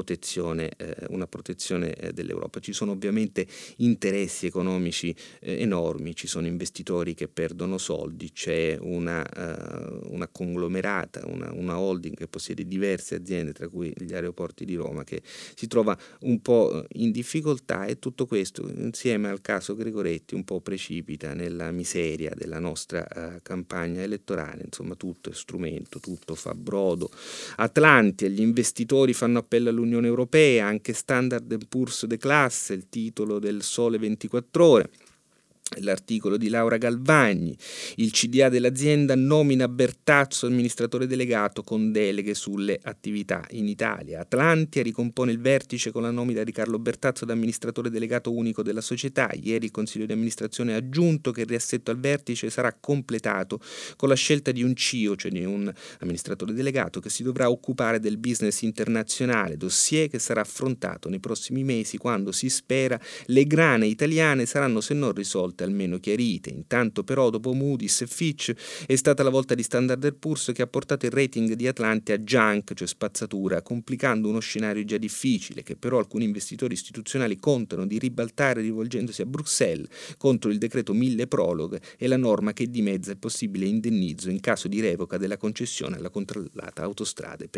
una protezione dell'Europa. Ci sono ovviamente interessi economici enormi, ci sono investitori che perdono soldi, c'è una conglomerata, una holding che possiede diverse aziende, tra cui gli aeroporti di Roma, che si trova un po' in difficoltà, e tutto questo insieme al caso Gregoretti un po' precipita nella miseria della nostra campagna elettorale. Insomma, tutto è strumento, tutto fa brodo. Atlantia, gli investitori fanno appello all'Unione Europea, anche Standard & Poor's declasse, il titolo del Sole 24 Ore. L'articolo di Laura Galvagni, il CDA dell'azienda nomina Bertazzo amministratore delegato con deleghe sulle attività in Italia. Atlantia ricompone il vertice con la nomina di Carlo Bertazzo da amministratore delegato unico della società. Ieri il Consiglio di amministrazione ha aggiunto che il riassetto al vertice sarà completato con la scelta di un CEO, cioè di un amministratore delegato, che si dovrà occupare del business internazionale, dossier che sarà affrontato nei prossimi mesi quando, si spera, le grane italiane saranno se non risolte almeno chiarite. Intanto però dopo Moody's e Fitch è stata la volta di Standard & Poor's che ha portato il rating di Atlantia a junk, cioè spazzatura, complicando uno scenario già difficile che però alcuni investitori istituzionali contano di ribaltare rivolgendosi a Bruxelles contro il decreto mille proroghe e la norma che dimezza il possibile indennizzo in caso di revoca della concessione alla controllata autostrade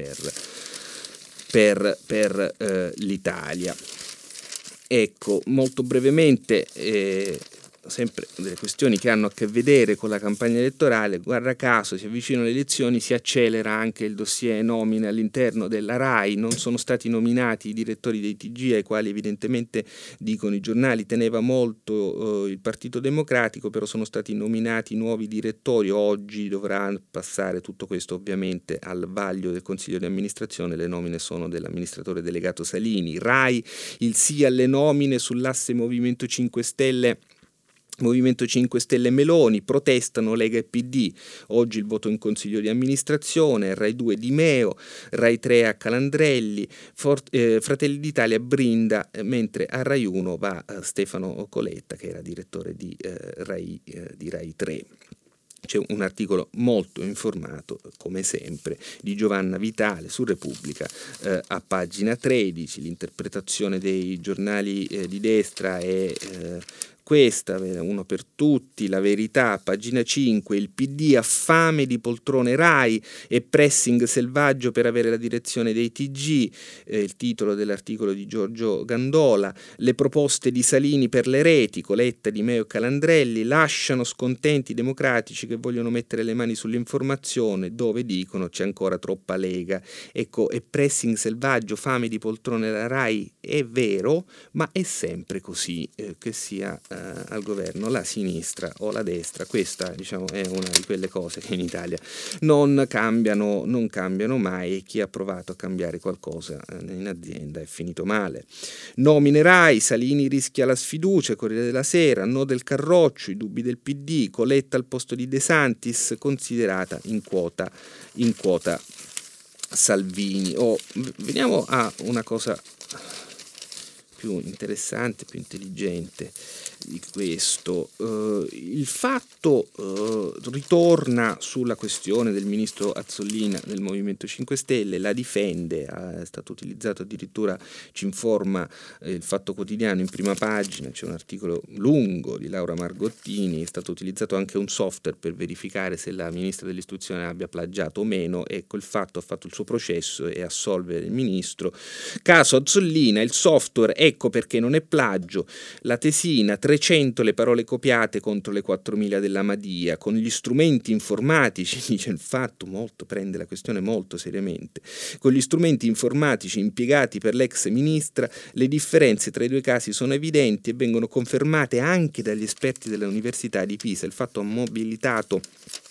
per l'Italia. Ecco, molto brevemente, sempre delle questioni che hanno a che vedere con la campagna elettorale. Guarda caso, si avvicinano le elezioni, si accelera anche il dossier nomine all'interno della RAI. Non sono stati nominati i direttori dei TG, ai quali evidentemente, dicono i giornali, teneva molto il Partito Democratico, però sono stati nominati nuovi direttori. Oggi dovrà passare tutto questo ovviamente al vaglio del Consiglio di amministrazione. Le nomine sono dell'amministratore delegato Salini. RAI, il sì alle nomine sull'asse Movimento 5 Stelle Meloni, protestano Lega e PD. Oggi il voto in consiglio di amministrazione, Rai 2 Di Meo, Rai 3 a Calandrelli, Fratelli d'Italia brinda, mentre a Rai 1 va Stefano Coletta, che era direttore di Rai 3. C'è un articolo molto informato, come sempre, di Giovanna Vitale su Repubblica a pagina 13. L'interpretazione dei giornali di destra è questa, Uno per Tutti, La Verità, pagina 5, il PD ha fame di poltrone Rai e pressing selvaggio per avere la direzione dei TG, il titolo dell'articolo di Giorgio Gandola. Le proposte di Salini per le reti, Coletta, Di Meo e Calandrelli, lasciano scontenti i democratici che vogliono mettere le mani sull'informazione, dove dicono c'è ancora troppa Lega. Ecco, e pressing selvaggio, fame di poltrone la Rai, è vero, ma è sempre così, che sia al governo la sinistra o la destra. Questa, diciamo, è una di quelle cose che in Italia non cambiano mai, e chi ha provato a cambiare qualcosa in azienda è finito male. Nomine Rai, Salini rischia la sfiducia, Corriere della Sera, no del Carroccio, i dubbi del PD, Coletta al posto di De Santis, considerata in quota Salvini. Veniamo a una cosa più interessante, più intelligente di questo. Il fatto ritorna sulla questione del ministro Azzolina del Movimento 5 Stelle, la difende, è stato utilizzato addirittura, ci informa il Fatto Quotidiano in prima pagina, c'è un articolo lungo di Laura Margottini, è stato utilizzato anche un software per verificare se la ministra dell'istruzione abbia plagiato o meno. Ecco, il Fatto ha fatto il suo processo e assolve il ministro. Caso Azzolina, il software, ecco perché non è plagio, la tesina, 300 le parole copiate contro le 4.000 della Madia, con gli strumenti informatici, dice il Fatto, prende la questione molto seriamente, con gli strumenti informatici impiegati per l'ex ministra, le differenze tra i due casi sono evidenti e vengono confermate anche dagli esperti dell'Università di Pisa. Il Fatto ha mobilitato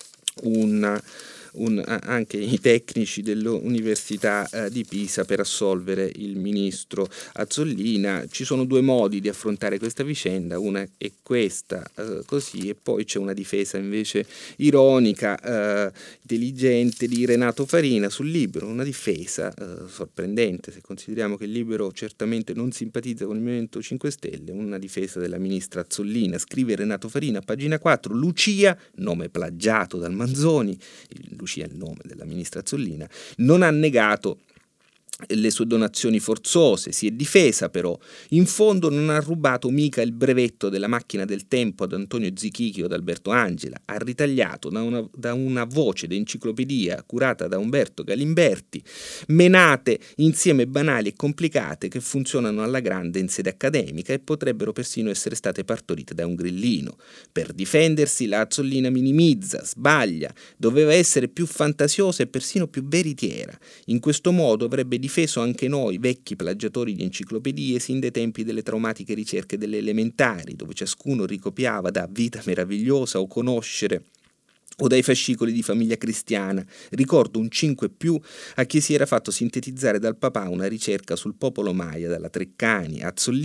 anche i tecnici dell'Università di Pisa per assolvere il ministro Azzolina. Ci sono due modi di affrontare questa vicenda, una è questa, così, e poi c'è una difesa invece ironica, intelligente di Renato Farina sul Libero, una difesa sorprendente se consideriamo che il Libero certamente non simpatizza con il Movimento 5 Stelle, una difesa della ministra Azzolina. Scrive Renato Farina, pagina 4, Lucia, nome plagiato dal Manzoni, Lucia è il nome della ministra Azzolina, non ha negato le sue donazioni forzose, si è difesa però, in fondo non ha rubato mica il brevetto della macchina del tempo ad Antonio Zichichi o ad Alberto Angela, ha ritagliato da una voce d'enciclopedia curata da Umberto Galimberti, menate insieme banali e complicate che funzionano alla grande in sede accademica e potrebbero persino essere state partorite da un grillino. Per difendersi la Azzolina minimizza, sbaglia, doveva essere più fantasiosa e persino più veritiera. In questo modo avrebbe difeso anche noi, vecchi plagiatori di enciclopedie, sin dai tempi delle traumatiche ricerche delle elementari, dove ciascuno ricopiava da Vita meravigliosa o Conoscere o dai fascicoli di Famiglia Cristiana. Ricordo un 5+ a chi si era fatto sintetizzare dal papà una ricerca sul popolo Maya dalla Treccani.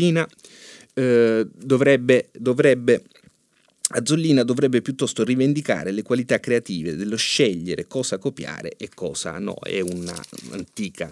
Azzolina dovrebbe piuttosto rivendicare le qualità creative dello scegliere cosa copiare e cosa no. È un'antica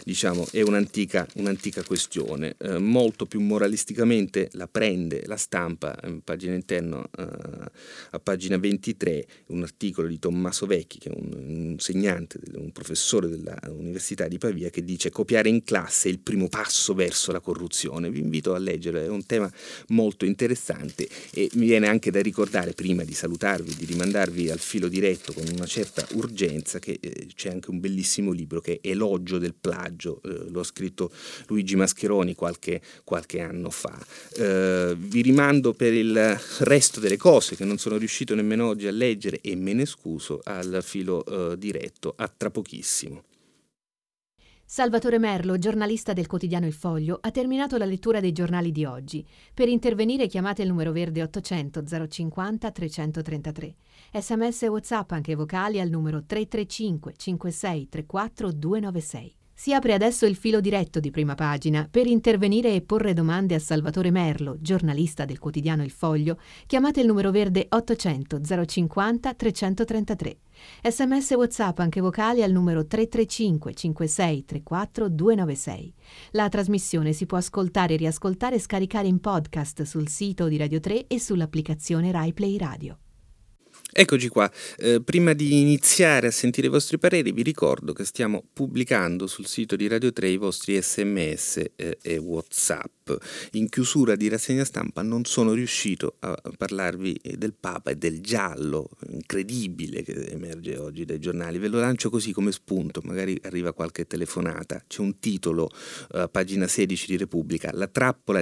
questione. Molto più moralisticamente la prende la Stampa, pagina interna, a pagina 23, un articolo di Tommaso Vecchi, che è un insegnante, un professore dell'Università di Pavia, che dice: copiare in classe è il primo passo verso la corruzione. Vi invito a leggere, è un tema molto interessante, e mi viene anche da ricordare, prima di salutarvi, di rimandarvi al filo diretto con una certa urgenza, che c'è anche un bellissimo libro che è Elogio del plagio, l'ho scritto Luigi Mascheroni qualche anno fa. Vi rimando, per il resto delle cose che non sono riuscito nemmeno oggi a leggere, e me ne scuso, al filo diretto. A tra pochissimo. Salvatore Merlo, giornalista del quotidiano Il Foglio, ha terminato la lettura dei giornali di oggi. Per intervenire chiamate il numero verde 800 050 333. SMS e WhatsApp anche vocali al numero 335 56 34 296. Si apre adesso il filo diretto di Prima Pagina. Per intervenire e porre domande a Salvatore Merlo, giornalista del quotidiano Il Foglio, chiamate il numero verde 800 050 333. SMS e WhatsApp anche vocali al numero 335 56 34 296. La trasmissione si può ascoltare, riascoltare e scaricare in podcast sul sito di Radio 3 e sull'applicazione Rai Play Radio. Eccoci qua. Prima di iniziare a sentire i vostri pareri, vi ricordo che stiamo pubblicando sul sito di Radio 3 i vostri SMS e WhatsApp. In chiusura di rassegna stampa non sono riuscito a parlarvi del Papa e del giallo incredibile che emerge oggi dai giornali. Ve lo lancio così come spunto, magari arriva qualche telefonata. C'è un titolo, pagina 16 di Repubblica: la trappola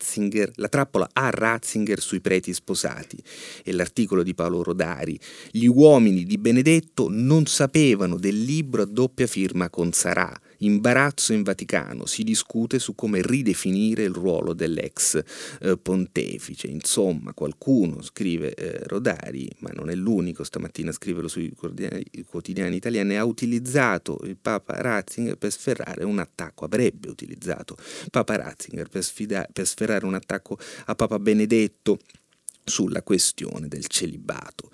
a Ratzinger sui preti sposati. E l'articolo di Paolo Rodari: gli uomini di Benedetto non sapevano del libro a doppia firma con Sarà. Imbarazzo in Vaticano, si discute su come ridefinire il ruolo dell'ex pontefice. Insomma, qualcuno, scrive Rodari, ma non è l'unico stamattina a scriverlo sui quotidiani italiani, ha utilizzato il Papa Ratzinger per sferrare un attacco, avrebbe utilizzato Papa Ratzinger per sferrare un attacco a Papa Benedetto sulla questione del celibato.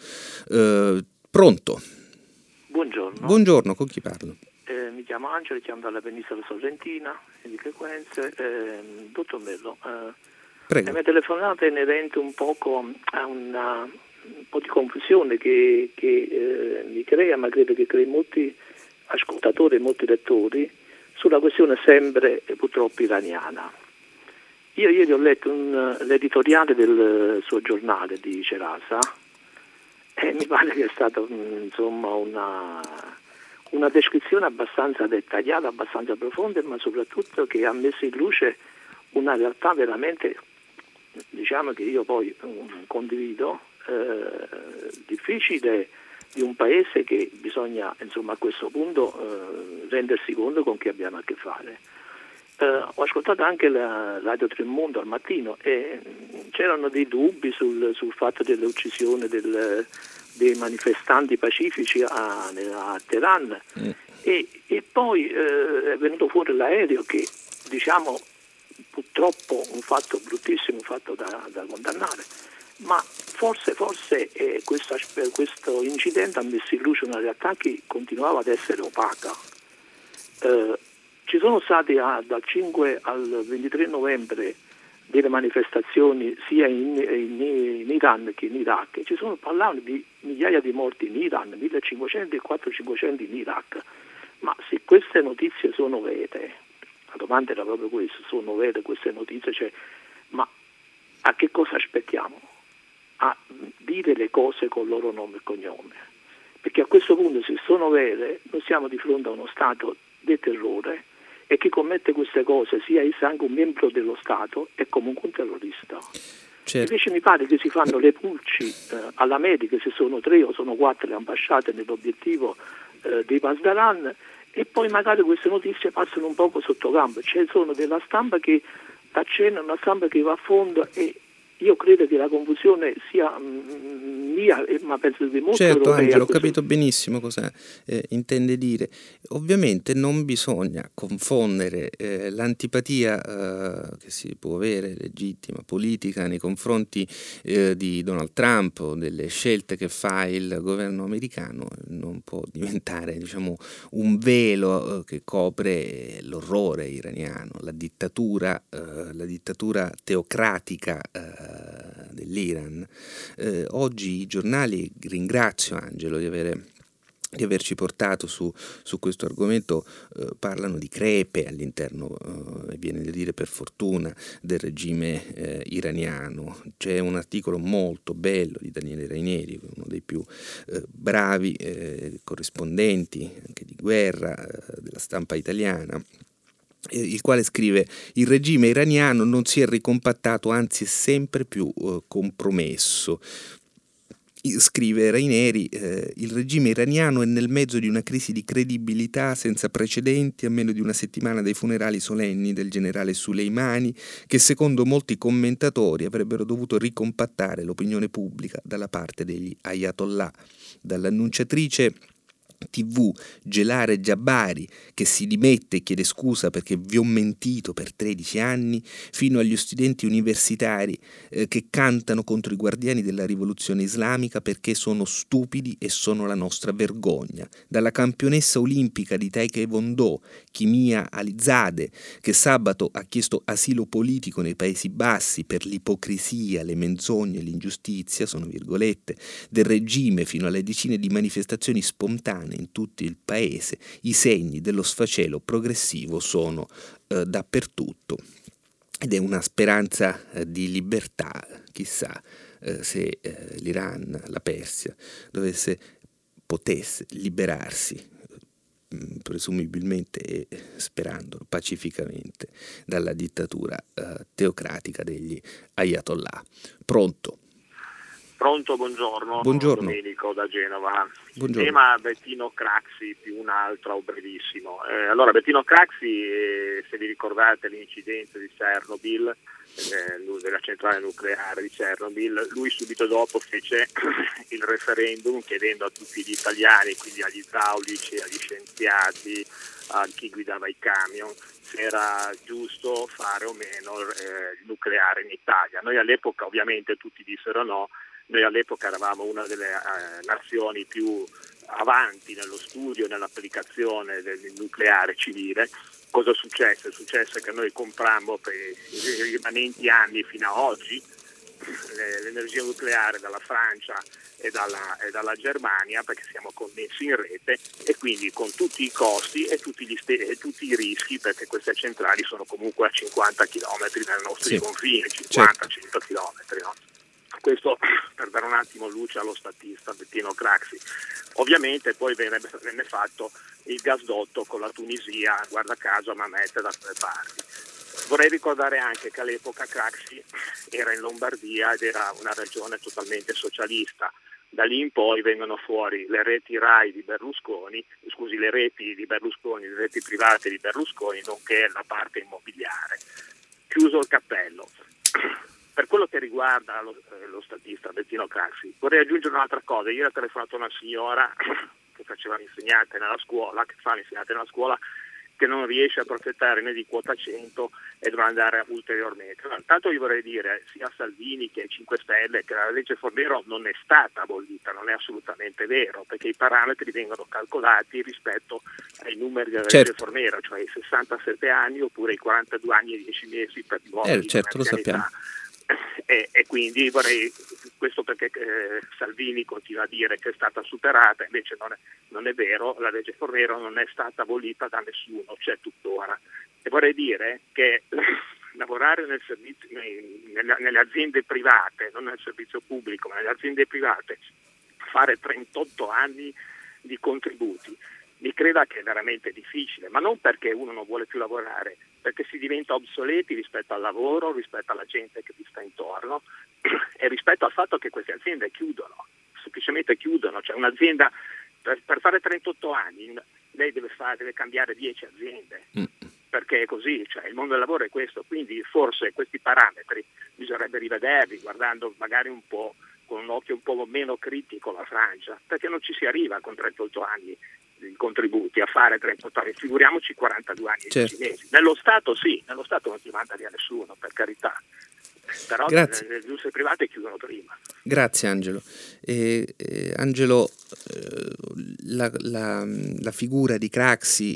Pronto? Buongiorno. Buongiorno, con chi parlo? Mi chiamo Angelo, chiamo dalla penisola sorrentina, di Frequenze. Dottor Merlo, Prego. la mia telefonata è inerente un poco a un po' di confusione che mi crea, ma credo che crei molti ascoltatori e molti lettori, sulla questione sempre purtroppo iraniana. Io ieri ho letto l'editoriale del suo giornale di Cerasa, e mi pare che è stata una descrizione abbastanza dettagliata, abbastanza profonda, ma soprattutto che ha messo in luce una realtà veramente, diciamo, che io poi condivido, difficile, di un paese che bisogna, insomma, a questo punto rendersi conto con chi abbiamo a che fare. Ho ascoltato anche la Radio Tremondo al mattino, e c'erano dei dubbi sul fatto dell'uccisione dei manifestanti pacifici a Teheran, e poi è venuto fuori l'aereo, che, diciamo, purtroppo un fatto bruttissimo, un fatto da condannare, ma forse questo incidente ha messo in luce una realtà che continuava ad essere opaca. Ci sono stati dal 5 al 23 novembre delle manifestazioni sia in Iran che in Iraq. Ci sono parlato di migliaia di morti in Iran, 1500 e 4500 in Iraq. Ma se queste notizie sono vere, la domanda era proprio questa: sono vere queste notizie? Cioè, ma a che cosa aspettiamo? A dire le cose con il loro nome e cognome? Perché a questo punto, se sono vere, noi siamo di fronte a uno stato di terrore, e chi commette queste cose, sia esso anche un membro dello Stato, è comunque un terrorista. Certo. Invece mi pare che si fanno le pulci all'America, se sono 3 o sono 4 le ambasciate nell'obiettivo dei Pasdaran, e poi magari queste notizie passano un poco sotto campo, cioè sono della stampa che accenna, una stampa che va a fondo, e io credo che la confusione sia mia, ma penso di molti Certo, europei. Angelo, ho capito benissimo cosa intende dire. Ovviamente non bisogna confondere l'antipatia che si può avere, legittima, politica, nei confronti di Donald Trump o delle scelte che fa il governo americano. Non può diventare, diciamo, un velo che copre l'orrore iraniano, la dittatura teocratica dell'Iran. Oggi i giornali, ringrazio Angelo di averci portato su questo argomento, parlano di crepe all'interno, viene da dire per fortuna, del regime iraniano. C'è un articolo molto bello di Daniele Raineri, uno dei più bravi corrispondenti anche di guerra della stampa italiana, il quale scrive: il regime iraniano non si è ricompattato, anzi è sempre più compromesso. Scrive Raineri, il regime iraniano è nel mezzo di una crisi di credibilità senza precedenti a meno di una settimana dai funerali solenni del generale Soleimani, che secondo molti commentatori avrebbero dovuto ricompattare l'opinione pubblica dalla parte degli ayatollah. Dall'annunciatrice TV Gelare Jabari, che si dimette e chiede scusa perché vi ho mentito per 13 anni, fino agli studenti universitari che cantano contro i guardiani della rivoluzione islamica perché sono stupidi e sono la nostra vergogna, dalla campionessa olimpica di Taekwondo Kimia Alizadeh, che sabato ha chiesto asilo politico nei Paesi Bassi per l'ipocrisia, le menzogne e l'ingiustizia, sono virgolette, del regime, fino alle decine di manifestazioni spontanee in tutto il paese. I segni dello sfacelo progressivo sono dappertutto, ed è una speranza di libertà. Chissà se l'Iran, la Persia, potesse liberarsi, presumibilmente e sperando pacificamente, dalla dittatura teocratica degli ayatollah. Pronto? Pronto, buongiorno. Buongiorno. Domenico da Genova. Buongiorno. Il tema Bettino Craxi più un altro brevissimo. Allora, Bettino Craxi, se vi ricordate l'incidente di Chernobyl, della centrale nucleare di Chernobyl, lui subito dopo fece il referendum chiedendo a tutti gli italiani, quindi agli idraulici, agli scienziati, a chi guidava i camion, se era giusto fare o meno il nucleare in Italia. Noi all'epoca ovviamente tutti dissero no. Noi all'epoca eravamo una delle nazioni più avanti nello studio e nell'applicazione del nucleare civile. Cosa successe? Successe che noi comprammo per i rimanenti anni fino a oggi l'energia nucleare dalla Francia e dalla Germania, perché siamo connessi in rete, e quindi con tutti i costi e tutti i rischi, perché queste centrali sono comunque a 50 km dai nostri confini, 50-100 km, no? Questo per dare un attimo luce allo statista Bettino Craxi. Ovviamente poi venne fatto il gasdotto con la Tunisia, guarda caso a Mamet da quelle parti. Vorrei ricordare anche che all'epoca Craxi era in Lombardia ed era una regione totalmente socialista. Da lì in poi vengono fuori le reti RAI di Berlusconi, le reti private di Berlusconi, nonché la parte immobiliare. Chiuso il cappello. Per quello che riguarda lo statista Bettino Craxi, vorrei aggiungere un'altra cosa. Ieri ho telefonato a una signora che fa l'insegnante nella scuola, che non riesce a profittare né di quota 100 e dovrà andare ulteriormente. Tanto io vorrei dire sia a Salvini che ai 5 Stelle che la legge Fornero non è stata abolita, non è assolutamente vero, perché i parametri vengono calcolati rispetto ai numeri della legge Fornero, cioè i 67 anni oppure i 42 anni e 10 mesi per gli uomini di lo sappiamo. E quindi questo perché Salvini continua a dire che è stata superata, invece non è vero, la legge Fornero non è stata abolita da nessuno, c'è tuttora. E vorrei dire che lavorare nelle aziende private, non nel servizio pubblico, ma nelle aziende private, fare 38 anni di contributi, mi creda che è veramente difficile, ma non perché uno non vuole più lavorare, perché si diventa obsoleti rispetto al lavoro, rispetto alla gente che ti sta intorno e rispetto al fatto che queste aziende chiudono, semplicemente chiudono. Cioè un'azienda per fare 38 anni lei deve cambiare 10 aziende, perché è così, cioè il mondo del lavoro è questo, quindi forse questi parametri bisognerebbe rivederli, guardando magari un po' con un occhio un po' meno critico la Francia, perché non ci si arriva con 38 anni di contributi a fare 38 anni, figuriamoci 42 anni certo. cinesi. Nello Stato sì, nello Stato non ti manda via nessuno, per carità, però le industrie private chiudono prima. Grazie Angelo. Angelo, la figura di Craxi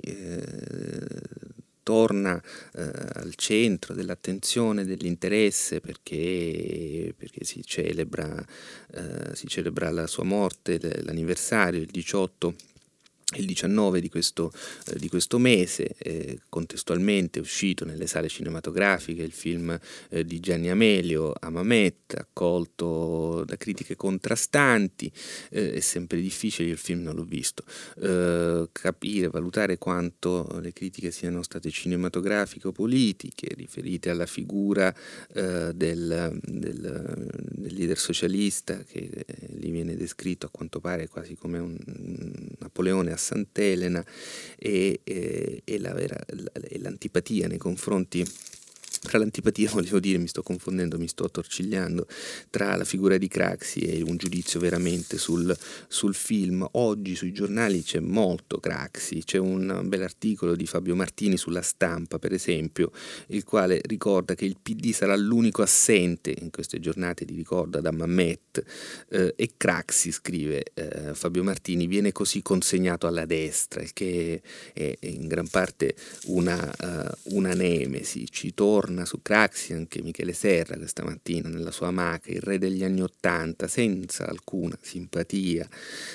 torna al centro dell'attenzione, dell'interesse, perché si celebra la sua morte, l'anniversario, il 18 e il 19 di questo mese. Contestualmente è uscito nelle sale cinematografiche il film di Gianni Amelio, Hammamet, accolto da critiche contrastanti. È sempre difficile, io il film non l'ho visto, capire, valutare quanto le critiche siano state cinematografiche o politiche, riferite alla figura del leader socialista, che lì viene descritto a quanto pare quasi come un Napoleone a Sant'Elena, e l'antipatia nei confronti. Tra l'antipatia, volevo dire, mi sto confondendo, mi sto attorcigliando, tra la figura di Craxi e un giudizio veramente sul film. Oggi sui giornali c'è molto Craxi, c'è un bel articolo di Fabio Martini sulla Stampa, per esempio, il quale ricorda che il PD sarà l'unico assente in queste giornate di ricordo ad Hammamet, e Craxi, scrive Fabio Martini, viene così consegnato alla destra, il che è in gran parte una nemesi. Ci torna su Craxi anche Michele Serra questa mattina nella sua Amaca, il re degli anni '80, senza alcuna simpatia.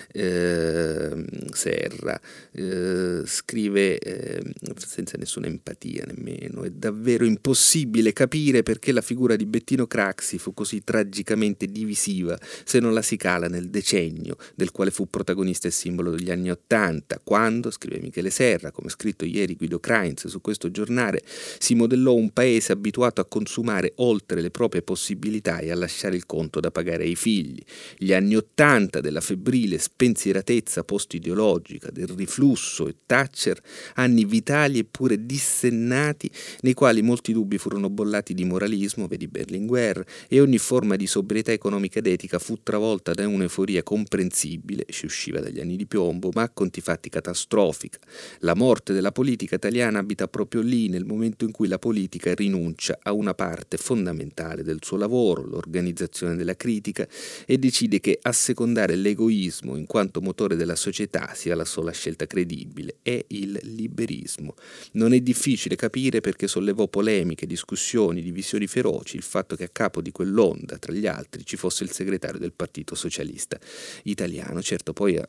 Serra scrive senza nessuna empatia nemmeno: è davvero impossibile capire perché la figura di Bettino Craxi fu così tragicamente divisiva, se non la si cala nel decennio del quale fu protagonista e simbolo degli anni '80, quando, scrive Michele Serra, come scritto ieri Guido Kreintz su questo giornale, si modellò un paese abituato a consumare oltre le proprie possibilità e a lasciare il conto da pagare ai figli. Gli anni '80 della febbrile spensieratezza post-ideologica, del riflusso e Thatcher, anni vitali eppure dissennati, nei quali molti dubbi furono bollati di moralismo, vedi Berlinguer, e ogni forma di sobrietà economica ed etica fu travolta da un'euforia comprensibile, si usciva dagli anni di piombo, ma a conti fatti catastrofica. La morte della politica italiana abita proprio lì, nel momento in cui la politica rinuncia a una parte fondamentale del suo lavoro, l'organizzazione della critica, e decide che assecondare l'egoismo in quanto motore della società sia la sola scelta credibile. È il liberismo. Non è difficile capire perché sollevò polemiche, discussioni, divisioni feroci il fatto che a capo di quell'onda, tra gli altri, ci fosse il segretario del Partito Socialista Italiano. Certo, poi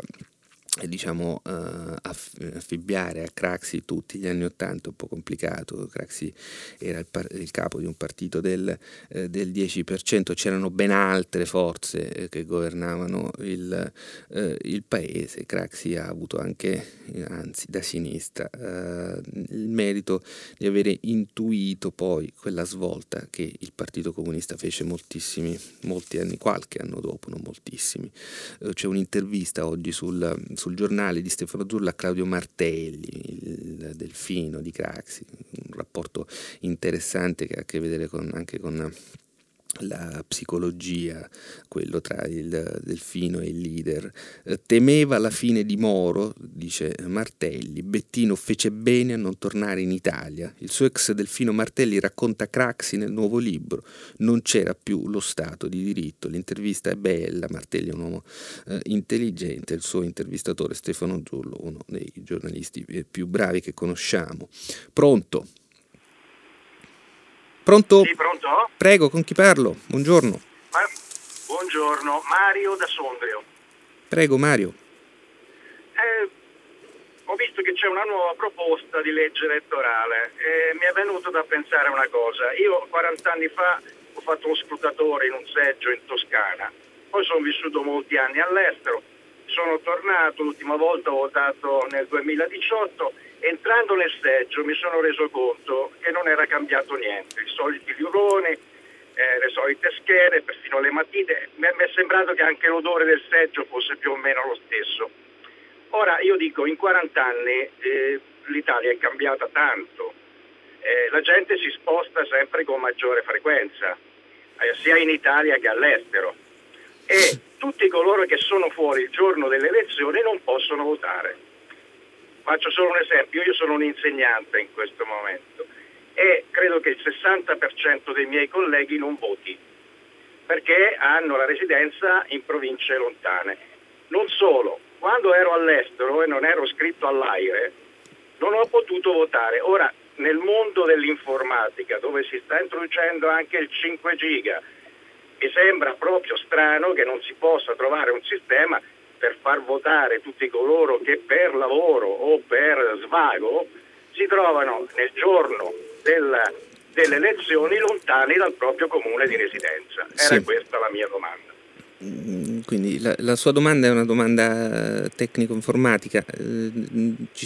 affibbiare a Craxi tutti gli anni '80 è un po' complicato. Craxi era il capo di un partito del 10%, c'erano ben altre forze che governavano il paese. Craxi ha avuto anche, anzi da sinistra, il merito di avere intuito poi quella svolta che il Partito Comunista fece molti anni, qualche anno dopo, non moltissimi. C'è un'intervista oggi sul giornale di Stefano Zurlo a Claudio Martelli, il delfino di Craxi, un rapporto interessante che ha a che vedere anche con la psicologia, quello tra il delfino e il leader. Temeva la fine di Moro, dice Martelli, Bettino fece bene a non tornare in Italia. Il suo ex delfino Martelli racconta Craxi nel nuovo libro, non c'era più lo Stato di diritto. L'intervista è bella, Martelli è un uomo intelligente, il suo intervistatore Stefano Zurlo, uno dei giornalisti più bravi che conosciamo. Pronto? Pronto? Sì, pronto? Prego, con chi parlo? Buongiorno. Buongiorno, Mario da Sondrio. Prego, Mario. Ho visto che c'è una nuova proposta di legge elettorale e mi è venuto da pensare una cosa. Io 40 anni fa ho fatto lo scrutatore in un seggio in Toscana, poi sono vissuto molti anni all'estero, sono tornato, l'ultima volta ho votato nel 2018. Entrando nel seggio mi sono reso conto che non era cambiato niente, i soliti liuroni, le solite schede, perfino le matite. Mi è sembrato che anche l'odore del seggio fosse più o meno lo stesso. Ora io dico, in 40 anni l'Italia è cambiata tanto, la gente si sposta sempre con maggiore frequenza, sia in Italia che all'estero, e tutti coloro che sono fuori il giorno delle elezioni non possono votare. Faccio solo un esempio, io sono un insegnante in questo momento e credo che il 60% dei miei colleghi non voti, perché hanno la residenza in province lontane. Non solo, quando ero all'estero e non ero iscritto all'AIRE, non ho potuto votare. Ora, nel mondo dell'informatica, dove si sta introducendo anche il 5 giga, mi sembra proprio strano che non si possa trovare un sistema per far votare tutti coloro che per lavoro o per svago si trovano nel giorno delle elezioni lontani dal proprio comune di residenza. Era Sì. questa la mia domanda. Quindi la sua domanda è una domanda tecnico-informatica. Ci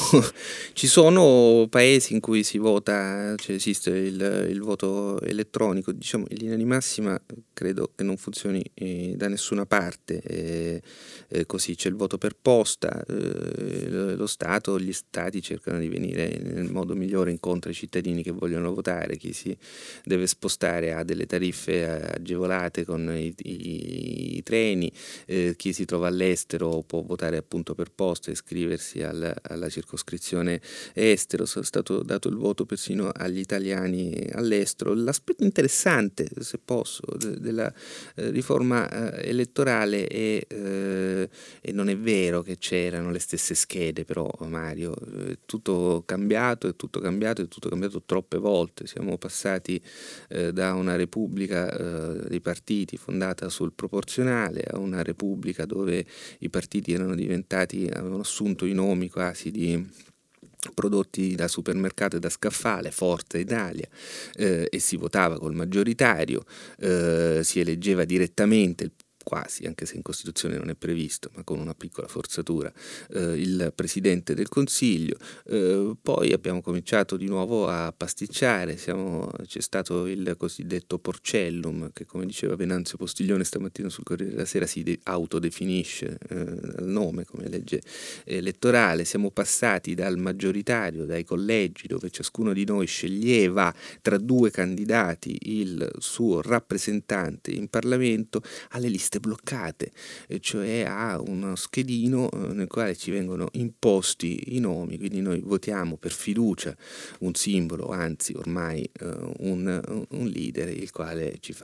sono paesi in cui si vota, cioè esiste il voto elettronico, diciamo in linea di massima credo che non funzioni da nessuna parte, così c'è il voto per posta, lo Stato, gli Stati cercano di venire nel modo migliore incontro ai cittadini che vogliono votare, chi si deve spostare ha delle tariffe agevolate con i treni, chi si trova all'estero può votare appunto per posta e iscriversi alla circoscrizione estero. È stato dato il voto persino agli italiani all'estero. L'aspetto interessante, se posso, della riforma elettorale e non è vero che c'erano le stesse schede, però Mario, è tutto cambiato troppe volte. Siamo passati da una repubblica dei partiti fondata sul proporzionale a una repubblica dove i partiti avevano assunto i nomi quasi di prodotti da supermercato e da scaffale, Forza Italia, e si votava col maggioritario, si eleggeva direttamente quasi, anche se in Costituzione non è previsto, ma con una piccola forzatura, il Presidente del Consiglio. Poi abbiamo cominciato di nuovo a pasticciare, c'è stato il cosiddetto Porcellum, che come diceva Venanzio Postiglione stamattina sul Corriere della Sera si autodefinisce dal nome come legge elettorale. Siamo passati dal maggioritario, dai collegi, dove ciascuno di noi sceglieva tra due candidati il suo rappresentante in Parlamento, alle liste bloccate, cioè a uno schedino nel quale ci vengono imposti i nomi, quindi noi votiamo per fiducia un simbolo, anzi ormai un leader, il quale ci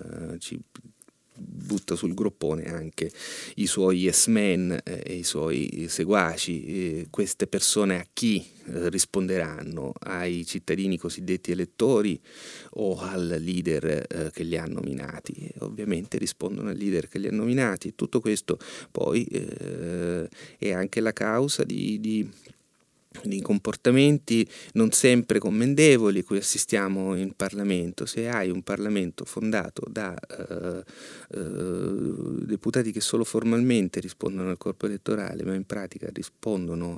butta sul groppone anche i suoi yes men e i suoi seguaci. Queste persone a chi risponderanno? Ai cittadini cosiddetti elettori o al leader che li ha nominati? E ovviamente rispondono al leader che li ha nominati. Tutto questo poi è anche la causa di comportamenti non sempre commendevoli cui assistiamo in Parlamento. Se hai un Parlamento fondato da deputati che solo formalmente rispondono al corpo elettorale, ma in pratica rispondono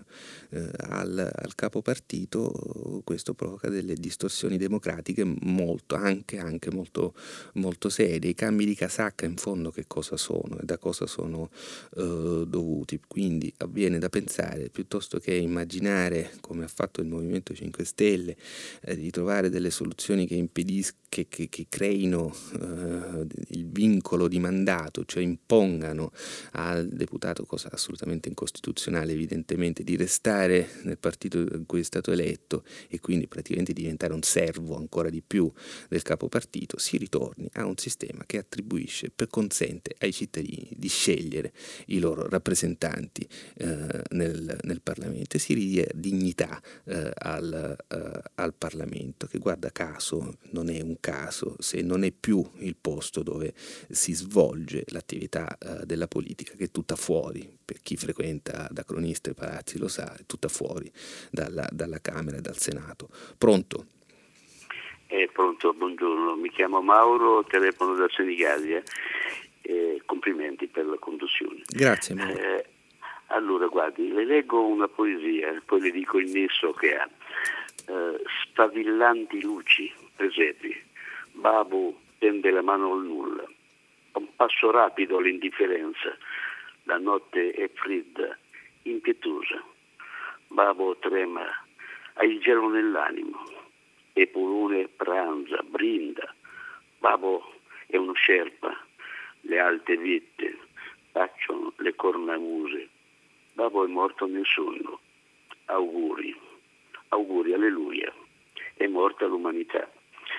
al capo partito, questo provoca delle distorsioni democratiche anche molto, molto serie. I cambi di casacca in fondo che cosa sono e da cosa sono dovuti? Quindi avviene da pensare, piuttosto che immaginare, come ha fatto il Movimento 5 Stelle, di trovare delle soluzioni che creino il vincolo di mandato, cioè impongano al deputato, cosa assolutamente incostituzionale evidentemente, di restare nel partito in cui è stato eletto e quindi praticamente diventare un servo ancora di più del capo partito. Si ritorni a un sistema che consente ai cittadini di scegliere i loro rappresentanti nel Parlamento e si ridia dignità al Parlamento, che guarda caso non è un caso se non è più il posto dove si svolge l'attività della politica, che è tutta fuori. Per chi frequenta da cronista i palazzi lo sa, è tutta fuori dalla Camera e dal Senato. Pronto? Pronto, buongiorno, mi chiamo Mauro, telefono da Senigallia, complimenti per la conduzione. Grazie Mauro. Allora guardi, le leggo una poesia, poi le dico il nesso che ha. Sfavillanti luci, presepi, Babu tende la mano al nulla, un passo rapido all'indifferenza, la notte è fredda, impietosa. Babbo trema, ha il gelo nell'animo, eppure pranza, brinda. Babbo è uno scerpa, le alte vette facciano le cornamuse. Babbo è morto nel sonno. Auguri, alleluia, è morta l'umanità.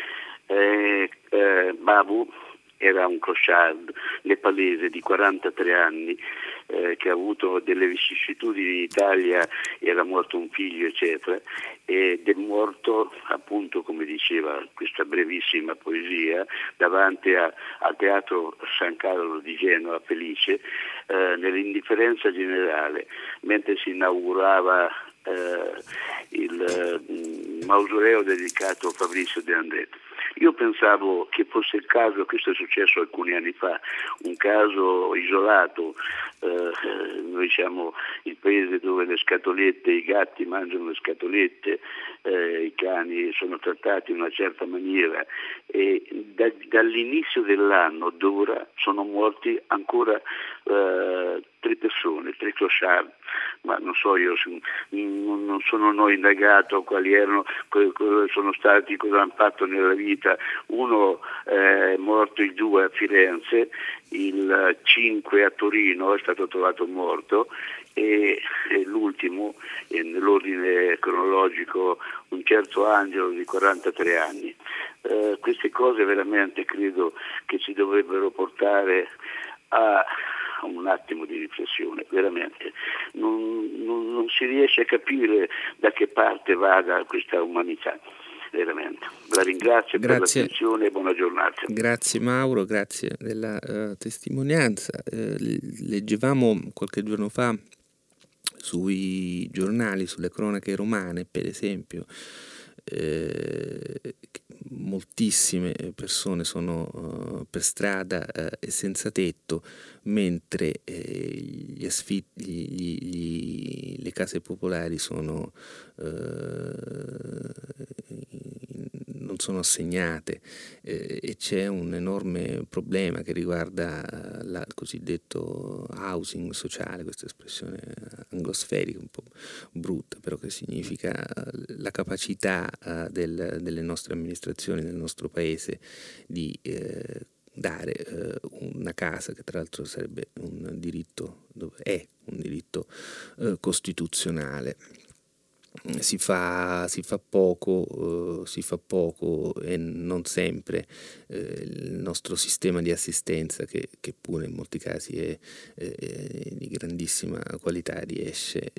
Babbo era un clochard nepalese di 43 anni che ha avuto delle vicissitudini in Italia, era morto un figlio eccetera, ed è morto appunto, come diceva questa brevissima poesia, davanti al Teatro San Carlo di Genova Felice, nell'indifferenza generale, mentre si inaugurava il mausoleo dedicato a Fabrizio De André. Io pensavo che fosse il caso, questo è successo alcuni anni fa, un caso isolato, noi siamo il paese dove le scatolette, i gatti mangiano le scatolette, i cani sono trattati in una certa maniera e dall'inizio dell'anno d'ora sono morti ancora 3 persone, 3 clochard, ma non so, io non sono noi indagato quali erano, sono stati, cosa hanno fatto nella vita. Uno è morto il 2 a Firenze, il 5 a Torino è stato trovato morto e l'ultimo, nell'ordine cronologico, un certo Angelo di 43 anni. Queste cose veramente credo che ci dovrebbero portare a un attimo di riflessione, veramente non si riesce a capire da che parte vada questa umanità, veramente. La ringrazio per l'attenzione e buona giornata. Grazie Mauro, grazie della testimonianza. Leggevamo qualche giorno fa sui giornali, sulle cronache romane per esempio, moltissime persone sono per strada e senza tetto, mentre le case popolari non sono assegnate e c'è un enorme problema che riguarda il cosiddetto housing sociale, questa espressione anglosferica un po' brutta, però che significa la capacità delle nostre amministrazioni, del nostro paese di dare una casa, che tra l'altro sarebbe un diritto, è un diritto costituzionale. Si fa poco e non sempre. Il nostro sistema di assistenza, che pure in molti casi è di grandissima qualità, riesce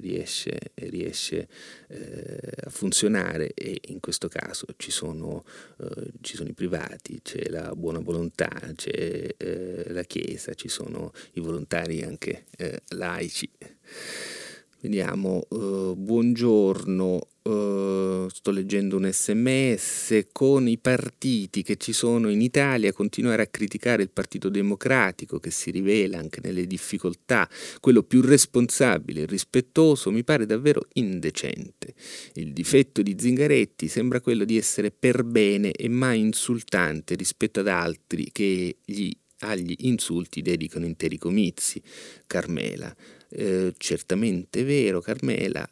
a funzionare, e in questo caso ci sono i privati, c'è la buona volontà, c'è la Chiesa, ci sono i volontari anche laici. Vediamo, buongiorno, sto leggendo un SMS. Con i partiti che ci sono in Italia, continuare a criticare il Partito Democratico, che si rivela anche nelle difficoltà quello più responsabile e rispettoso, mi pare davvero indecente. Il difetto di Zingaretti sembra quello di essere per bene e mai insultante rispetto ad altri che agli insulti dedicano interi comizi. Carmela. Certamente vero, Carmela.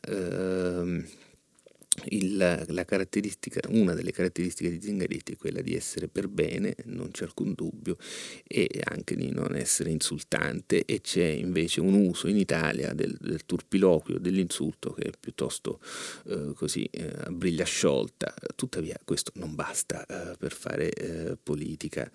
Una delle caratteristiche di Zingaretti è quella di essere per bene, non c'è alcun dubbio, e anche di non essere insultante, e c'è invece un uso in Italia del turpiloquio, dell'insulto, che è piuttosto a briglia sciolta. Tuttavia questo non basta per fare politica.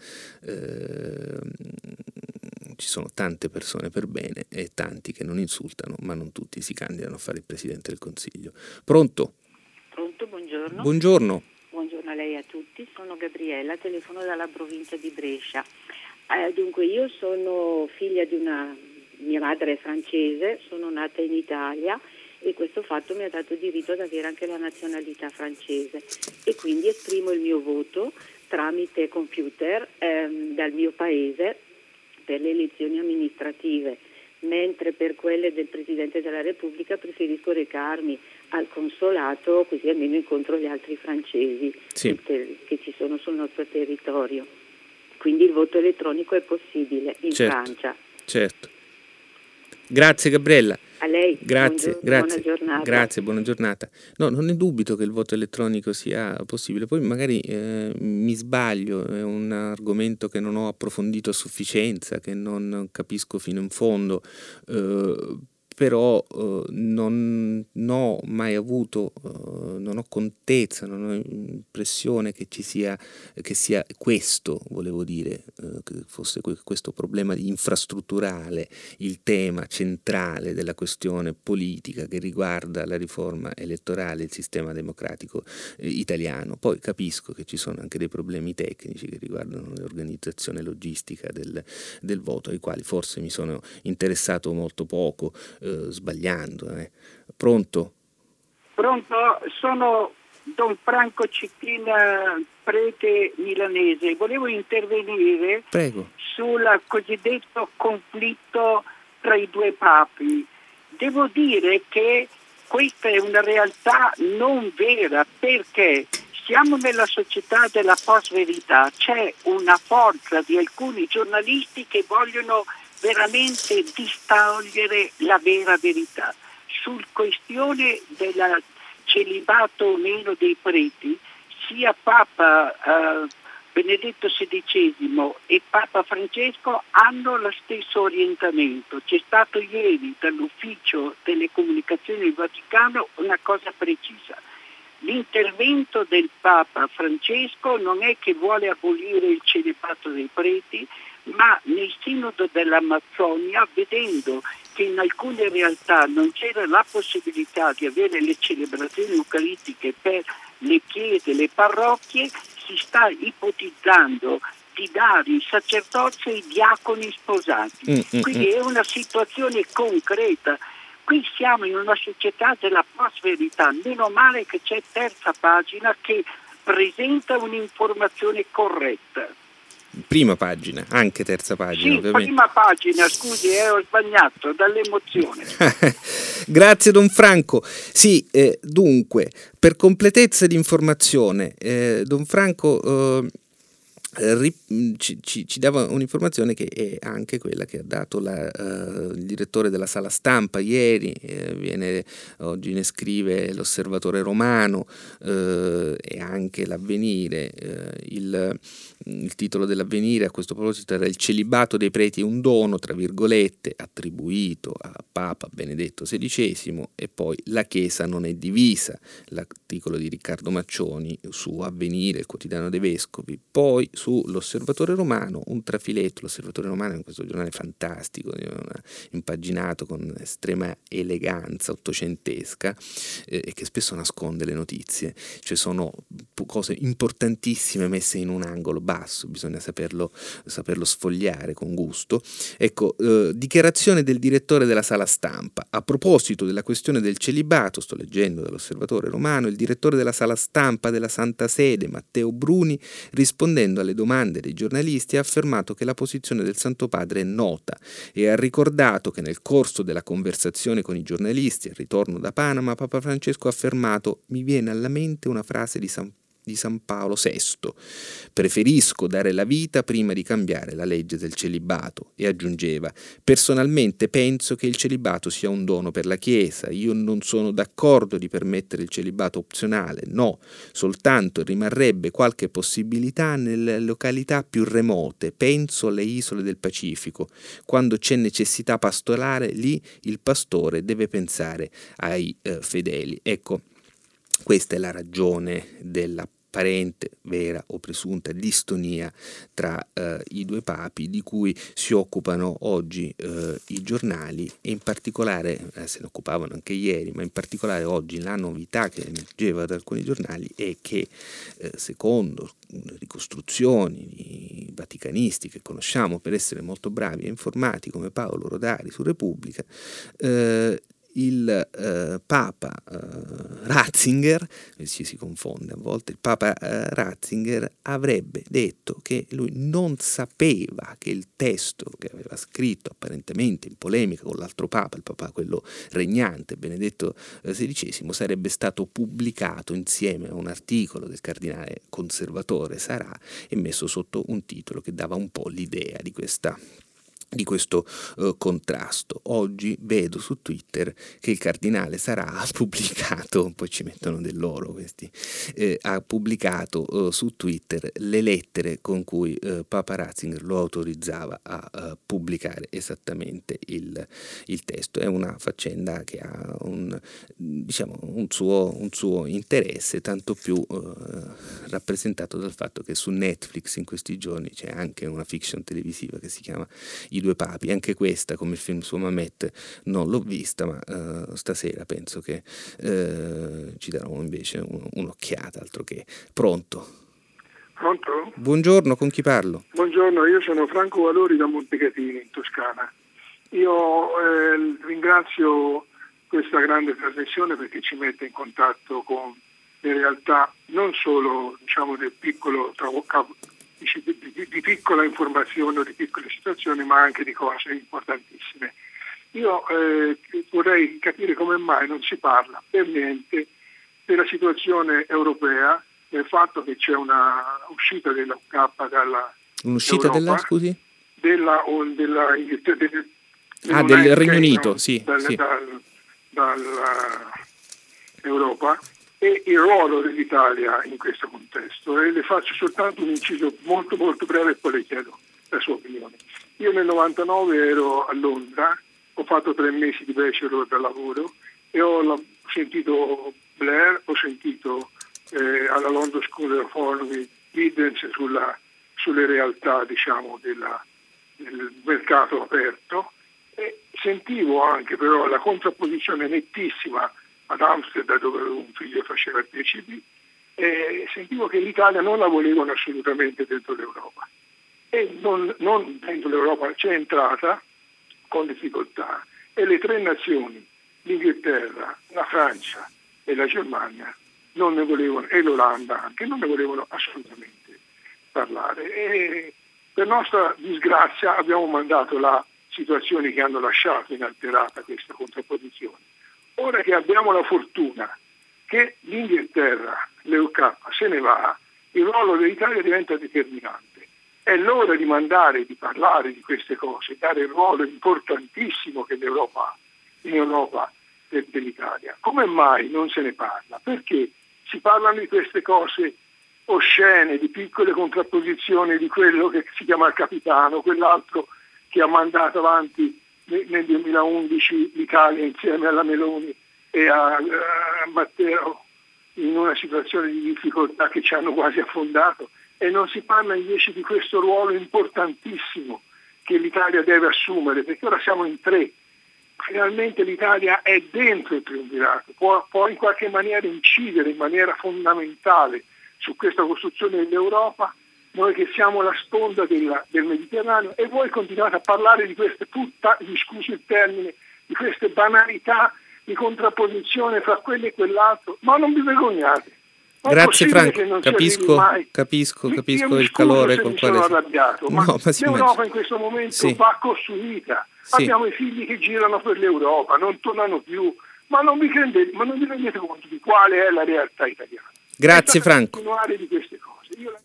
Ci sono tante persone per bene e tanti che non insultano, ma non tutti si candidano a fare il Presidente del Consiglio. Pronto? Pronto, buongiorno. Buongiorno. Buongiorno a lei e a tutti, sono Gabriella, telefono dalla provincia di Brescia. Dunque, io sono figlia mia madre è francese, sono nata in Italia e questo fatto mi ha dato diritto ad avere anche la nazionalità francese e quindi esprimo il mio voto tramite computer dal mio paese per le elezioni amministrative, mentre per quelle del Presidente della Repubblica preferisco recarmi al consolato, così almeno incontro gli altri francesi che ci sono sul nostro territorio. Quindi il voto elettronico è possibile in Francia. Certo. Grazie Gabriella. A lei. Grazie. Buona giornata. Grazie, buona giornata. No, non ne dubito che il voto elettronico sia possibile, poi magari mi sbaglio, è un argomento che non ho approfondito a sufficienza, che non capisco fino in fondo, però non ho mai avuto, non ho contezza, non ho impressione che sia questo, volevo dire, che fosse questo problema infrastrutturale il tema centrale della questione politica che riguarda la riforma elettorale, il sistema democratico italiano. Poi capisco che ci sono anche dei problemi tecnici che riguardano l'organizzazione logistica del voto, ai quali forse mi sono interessato molto poco, sbagliando. Pronto? Pronto? Sono Don Franco Cittina, prete milanese. Volevo intervenire Prego. sul cosiddetto conflitto tra i due papi. Devo dire che questa è una realtà non vera, perché siamo nella società della post-verità. C'è una forza di alcuni giornalisti che vogliono veramente distogliere la vera verità. Sul questione del celibato o meno dei preti, sia Papa Benedetto XVI e Papa Francesco hanno lo stesso orientamento. C'è stato ieri dall'Ufficio delle Comunicazioni del Vaticano una cosa precisa. L'intervento del Papa Francesco non è che vuole abolire il celibato dei preti, ma nel sinodo dell'Amazzonia, vedendo che in alcune realtà non c'era la possibilità di avere le celebrazioni eucaristiche per le chiese, le parrocchie, si sta ipotizzando di dare il sacerdozio ai diaconi sposati. Quindi è una situazione concreta. Qui siamo in una società della post-verità, meno male che c'è Terza Pagina che presenta un'informazione corretta. Prima pagina, anche Terza Pagina. Sì, ovviamente. Prima pagina, scusi, ho sbagliato dall'emozione. Grazie Don Franco. Sì, dunque, per completezza di informazione, Don Franco ci dava un'informazione che è anche quella che ha dato il direttore della Sala Stampa ieri, oggi ne scrive l'Osservatore Romano e anche l'Avvenire. Il titolo dell'Avvenire a questo proposito era: il celibato dei preti è un dono, tra virgolette, attribuito a Papa Benedetto XVI, e poi la Chiesa non è divisa, l'articolo di Riccardo Maccioni su Avvenire, il quotidiano dei vescovi. Poi sull'Osservatore Romano un trafiletto. L'Osservatore Romano è questo giornale fantastico, impaginato con estrema eleganza ottocentesca, e che spesso nasconde le notizie, cioè sono cose importantissime messe in un angolo basso, bisogna saperlo sfogliare con gusto. Ecco, dichiarazione del direttore della Sala Stampa a proposito della questione del celibato. Sto leggendo dall'Osservatore Romano: il direttore della Sala Stampa della Santa Sede, Matteo Bruni, rispondendo alle domande dei giornalisti, ha affermato che la posizione del Santo Padre è nota e ha ricordato che nel corso della conversazione con i giornalisti al ritorno da Panama, Papa Francesco ha affermato: mi viene alla mente una frase di San Paolo VI: preferisco dare la vita prima di cambiare la legge del celibato. E aggiungeva: personalmente penso che il celibato sia un dono per la Chiesa, io non sono d'accordo di permettere il celibato opzionale, no, soltanto rimarrebbe qualche possibilità nelle località più remote, penso alle isole del Pacifico, quando c'è necessità pastorale, lì il pastore deve pensare ai fedeli. Ecco, questa è la ragione della apparente, vera o presunta distonia tra i due papi, di cui si occupano oggi i giornali, e in particolare se ne occupavano anche ieri, ma in particolare oggi la novità che emergeva da alcuni giornali è che secondo ricostruzioni di vaticanisti che conosciamo per essere molto bravi e informati, come Paolo Rodari su Repubblica, il Papa Ratzinger, si confonde a volte, il Papa Ratzinger avrebbe detto che lui non sapeva che il testo che aveva scritto apparentemente in polemica con l'altro Papa, il Papa quello regnante, Benedetto XVI, sarebbe stato pubblicato insieme a un articolo del cardinale conservatore Sarà e messo sotto un titolo che dava un po' l'idea di questa di questo contrasto. Oggi vedo su Twitter che il cardinale Sarà ha pubblicato, poi ci mettono del loro questi, ha pubblicato su Twitter le lettere con cui Papa Ratzinger lo autorizzava a pubblicare esattamente il testo. È una faccenda che ha un suo interesse, tanto più rappresentato dal fatto che su Netflix in questi giorni c'è anche una fiction televisiva che si chiama I due papi. Anche questa, come il film su Mamet, non l'ho vista, ma stasera penso che ci darò invece un'occhiata, altro che. Pronto? Pronto? Buongiorno, con chi parlo? Buongiorno, io sono Franco Valori da Montecatini, in Toscana. Io ringrazio questa grande trasmissione perché ci mette in contatto con le realtà non solo del piccolo di piccola informazione o di piccole situazioni, ma anche di cose importantissime. Io vorrei capire come mai non si parla per niente della situazione europea, del fatto che c'è una uscita della UK dalla un'uscita Europa, della, scusi? del Regno Unito, sì. dall'Europa, e il ruolo dell'Italia in questo contesto. E le faccio soltanto un inciso molto molto breve e poi le chiedo la sua opinione. Io nel 99 ero a Londra, ho fatto 3 mesi di bachelor da lavoro e ho sentito Blair, ho sentito alla London School of Economics Giddens sulle realtà del mercato aperto, e sentivo anche però la contrapposizione nettissima ad Amsterdam, dove avevo un figlio che faceva il PhD, e sentivo che l'Italia non la volevano assolutamente dentro l'Europa, e non dentro l'Europa c'è entrata con difficoltà, e le 3 nazioni, l'Inghilterra, la Francia e la Germania, non ne volevano, e l'Olanda anche, non ne volevano assolutamente parlare. E per nostra disgrazia abbiamo mandato là situazioni che hanno lasciato inalterata questa contrapposizione. Ora che abbiamo la fortuna che l'Inghilterra, l'EUK, se ne va, il ruolo dell'Italia diventa determinante. È l'ora di parlare di queste cose, dare il ruolo importantissimo che l'Europa ha in Europa dell'Italia. Come mai non se ne parla? Perché si parlano di queste cose oscene, di piccole contrapposizioni, di quello che si chiama il capitano, quell'altro che ha mandato avanti nel 2011 l'Italia insieme alla Meloni e a Matteo in una situazione di difficoltà che ci hanno quasi affondato, e non si parla invece di questo ruolo importantissimo che l'Italia deve assumere, perché ora siamo in 3. Finalmente l'Italia è dentro il triumvirato, può in qualche maniera incidere in maniera fondamentale su questa costruzione dell'Europa, noi che siamo la sponda del Mediterraneo, e voi continuate a parlare di queste scusi il termine, di queste banalità di contrapposizione fra quello e quell'altro, ma non vi vergognate. Grazie Franco, capisco il calore con quale sono arrabbiato, ma l'Europa in questo momento va costruita. Sì. Abbiamo i figli che girano per l'Europa, non tornano più, ma non vi rendete conto di quale è la realtà italiana. Grazie Franco. Continuare di queste cose.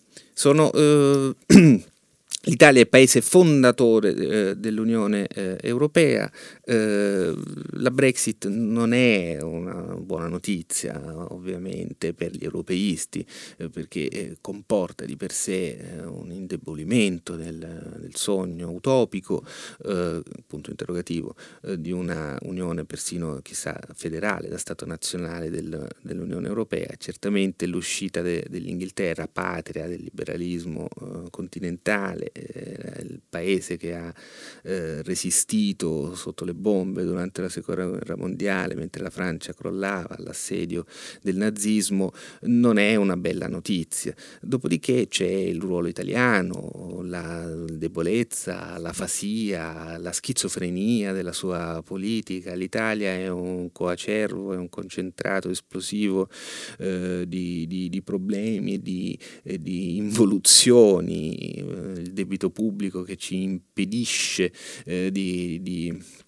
L'Italia è paese fondatore dell'Unione Europea. La Brexit non è una buona notizia ovviamente per gli europeisti, perché comporta di per sé un indebolimento del sogno utopico, punto interrogativo, di una unione persino chissà federale, da Stato nazionale dell'Unione Europea. Certamente l'uscita dell'Inghilterra, patria del liberalismo continentale, il paese che ha resistito sotto le bombe durante la seconda guerra mondiale, mentre la Francia crollava all'assedio del nazismo, non è una bella notizia. Dopodiché c'è il ruolo italiano, la debolezza, l'afasia, la schizofrenia della sua politica. L'Italia è un coacervo, è un concentrato esplosivo di problemi e di involuzioni, il debito pubblico che ci impedisce di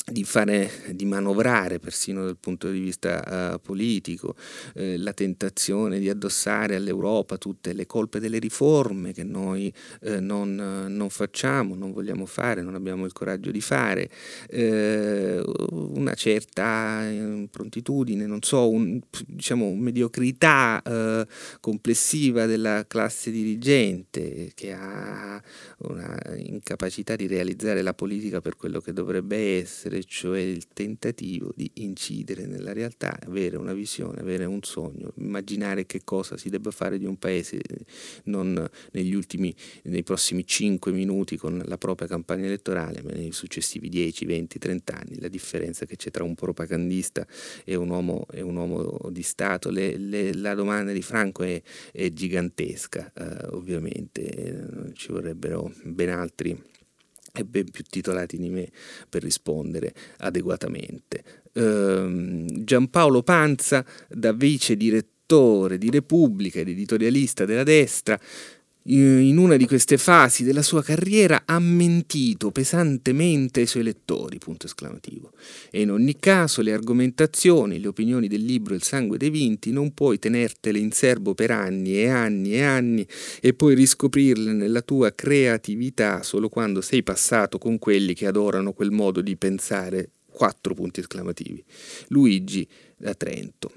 di manovrare persino dal punto di vista politico, la tentazione di addossare all'Europa tutte le colpe delle riforme che noi non facciamo, non vogliamo fare, non abbiamo il coraggio di fare, una certa prontitudine, non so, mediocrità complessiva della classe dirigente, che ha una incapacità di realizzare la politica per quello che dovrebbe essere, cioè il tentativo di incidere nella realtà, avere una visione, avere un sogno, immaginare che cosa si debba fare di un paese, non nei prossimi 5 minuti con la propria campagna elettorale, ma nei successivi 10, 20, 30 anni. La differenza che c'è tra un propagandista e un uomo di Stato. La domanda di Franco è gigantesca, ovviamente ci vorrebbero ben altri e ben più titolati di me per rispondere adeguatamente. Giampaolo Panza, da vice direttore di Repubblica ed editorialista della destra, in una di queste fasi della sua carriera ha mentito pesantemente ai suoi lettori, punto esclamativo. E in ogni caso le argomentazioni, le opinioni del libro Il sangue dei vinti non puoi tenertele in serbo per anni e anni e anni e poi riscoprirle nella tua creatività solo quando sei passato con quelli che adorano quel modo di pensare, 4 punti esclamativi. Luigi da Trento.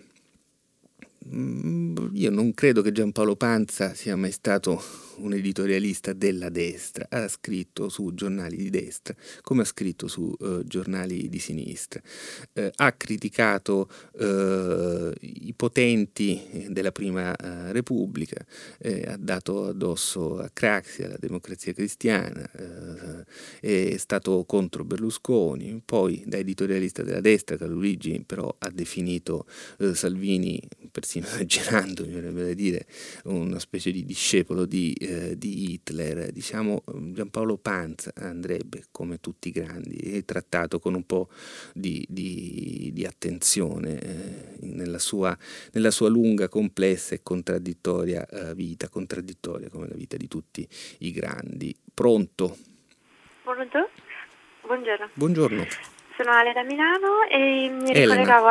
Io non credo che Giampaolo Panza sia mai stato un editorialista della destra. Ha scritto su giornali di destra come ha scritto su giornali di sinistra, ha criticato i potenti della Prima Repubblica, ha dato addosso a Craxi, alla Democrazia Cristiana, è stato contro Berlusconi. Poi da editorialista della destra, Carlo Luigi però ha definito Salvini, persino esagerando mi verrebbe da dire, una specie di discepolo di Hitler. Diciamo, Giampaolo Panza andrebbe, come tutti i grandi, trattato con un po' di attenzione nella sua lunga, complessa e contraddittoria vita, contraddittoria come la vita di tutti i grandi. Pronto? Pronto? Buongiorno. Buongiorno. Sono Ale da Milano e mi ricollegavo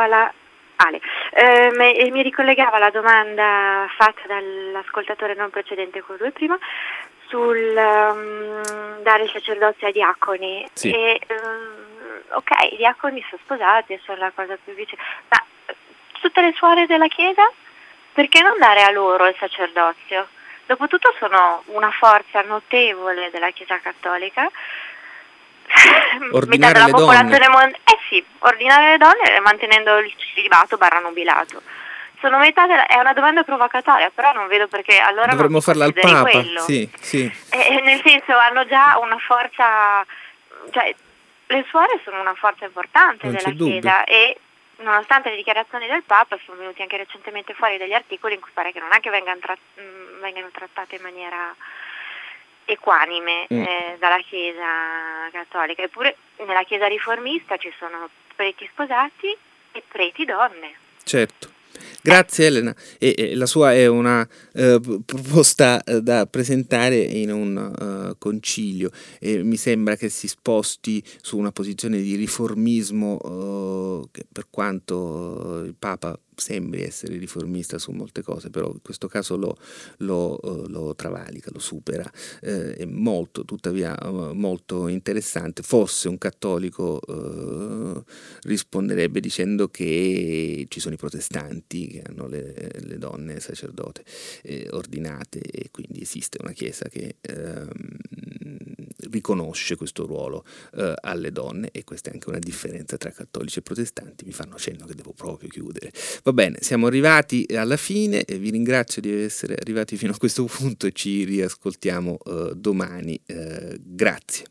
mi ricollegavo alla domanda fatta dall'ascoltatore non precedente, quello prima, sul dare il sacerdozio ai diaconi. Sì. E, ok, i diaconi sono sposati, sono la cosa più vicina, ma tutte le suore della Chiesa, perché non dare a loro il sacerdozio? Dopotutto sono una forza notevole della Chiesa Cattolica. Ordinare metà della le popolazione donne. Ordinare le donne mantenendo il celibato / nubilato. Sono è una domanda provocatoria, però non vedo perché allora dovremmo farla al Papa. Quello. Sì. Nel senso, hanno già una forza, cioè le suore sono una forza importante non della dubbio. Chiesa, e nonostante le dichiarazioni del Papa sono venuti anche recentemente fuori degli articoli in cui pare che non è che vengano trattate in maniera equanime dalla Chiesa Cattolica. Eppure nella Chiesa riformista ci sono preti sposati e preti donne. Certo. Grazie Elena, e la sua è una proposta da presentare in un concilio, e mi sembra che si sposti su una posizione di riformismo che, per quanto il Papa sembri essere riformista su molte cose, però in questo caso lo travalica, lo supera, è molto, tuttavia molto interessante. Forse un cattolico risponderebbe dicendo che ci sono i protestanti che hanno le donne sacerdote ordinate, e quindi esiste una chiesa che riconosce questo ruolo alle donne, e questa è anche una differenza tra cattolici e protestanti. Mi fanno cenno che devo proprio chiudere. Va bene, siamo arrivati alla fine, e vi ringrazio di essere arrivati fino a questo punto, e ci riascoltiamo domani. Grazie.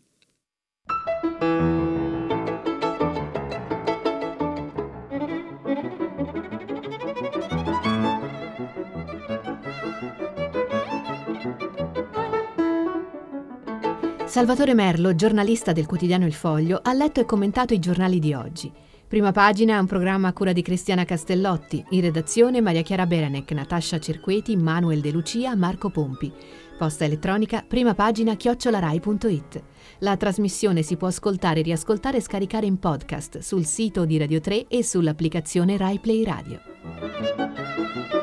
Salvatore Merlo, giornalista del quotidiano Il Foglio, ha letto e commentato i giornali di oggi. Prima Pagina è un programma a cura di Cristiana Castellotti, in redazione Maria Chiara Berenec, Natascia Cerqueti, Manuel De Lucia, Marco Pompi. Posta elettronica primapagina@rai.it. La trasmissione si può ascoltare, riascoltare e scaricare in podcast sul sito di Radio 3 e sull'applicazione Rai Play Radio.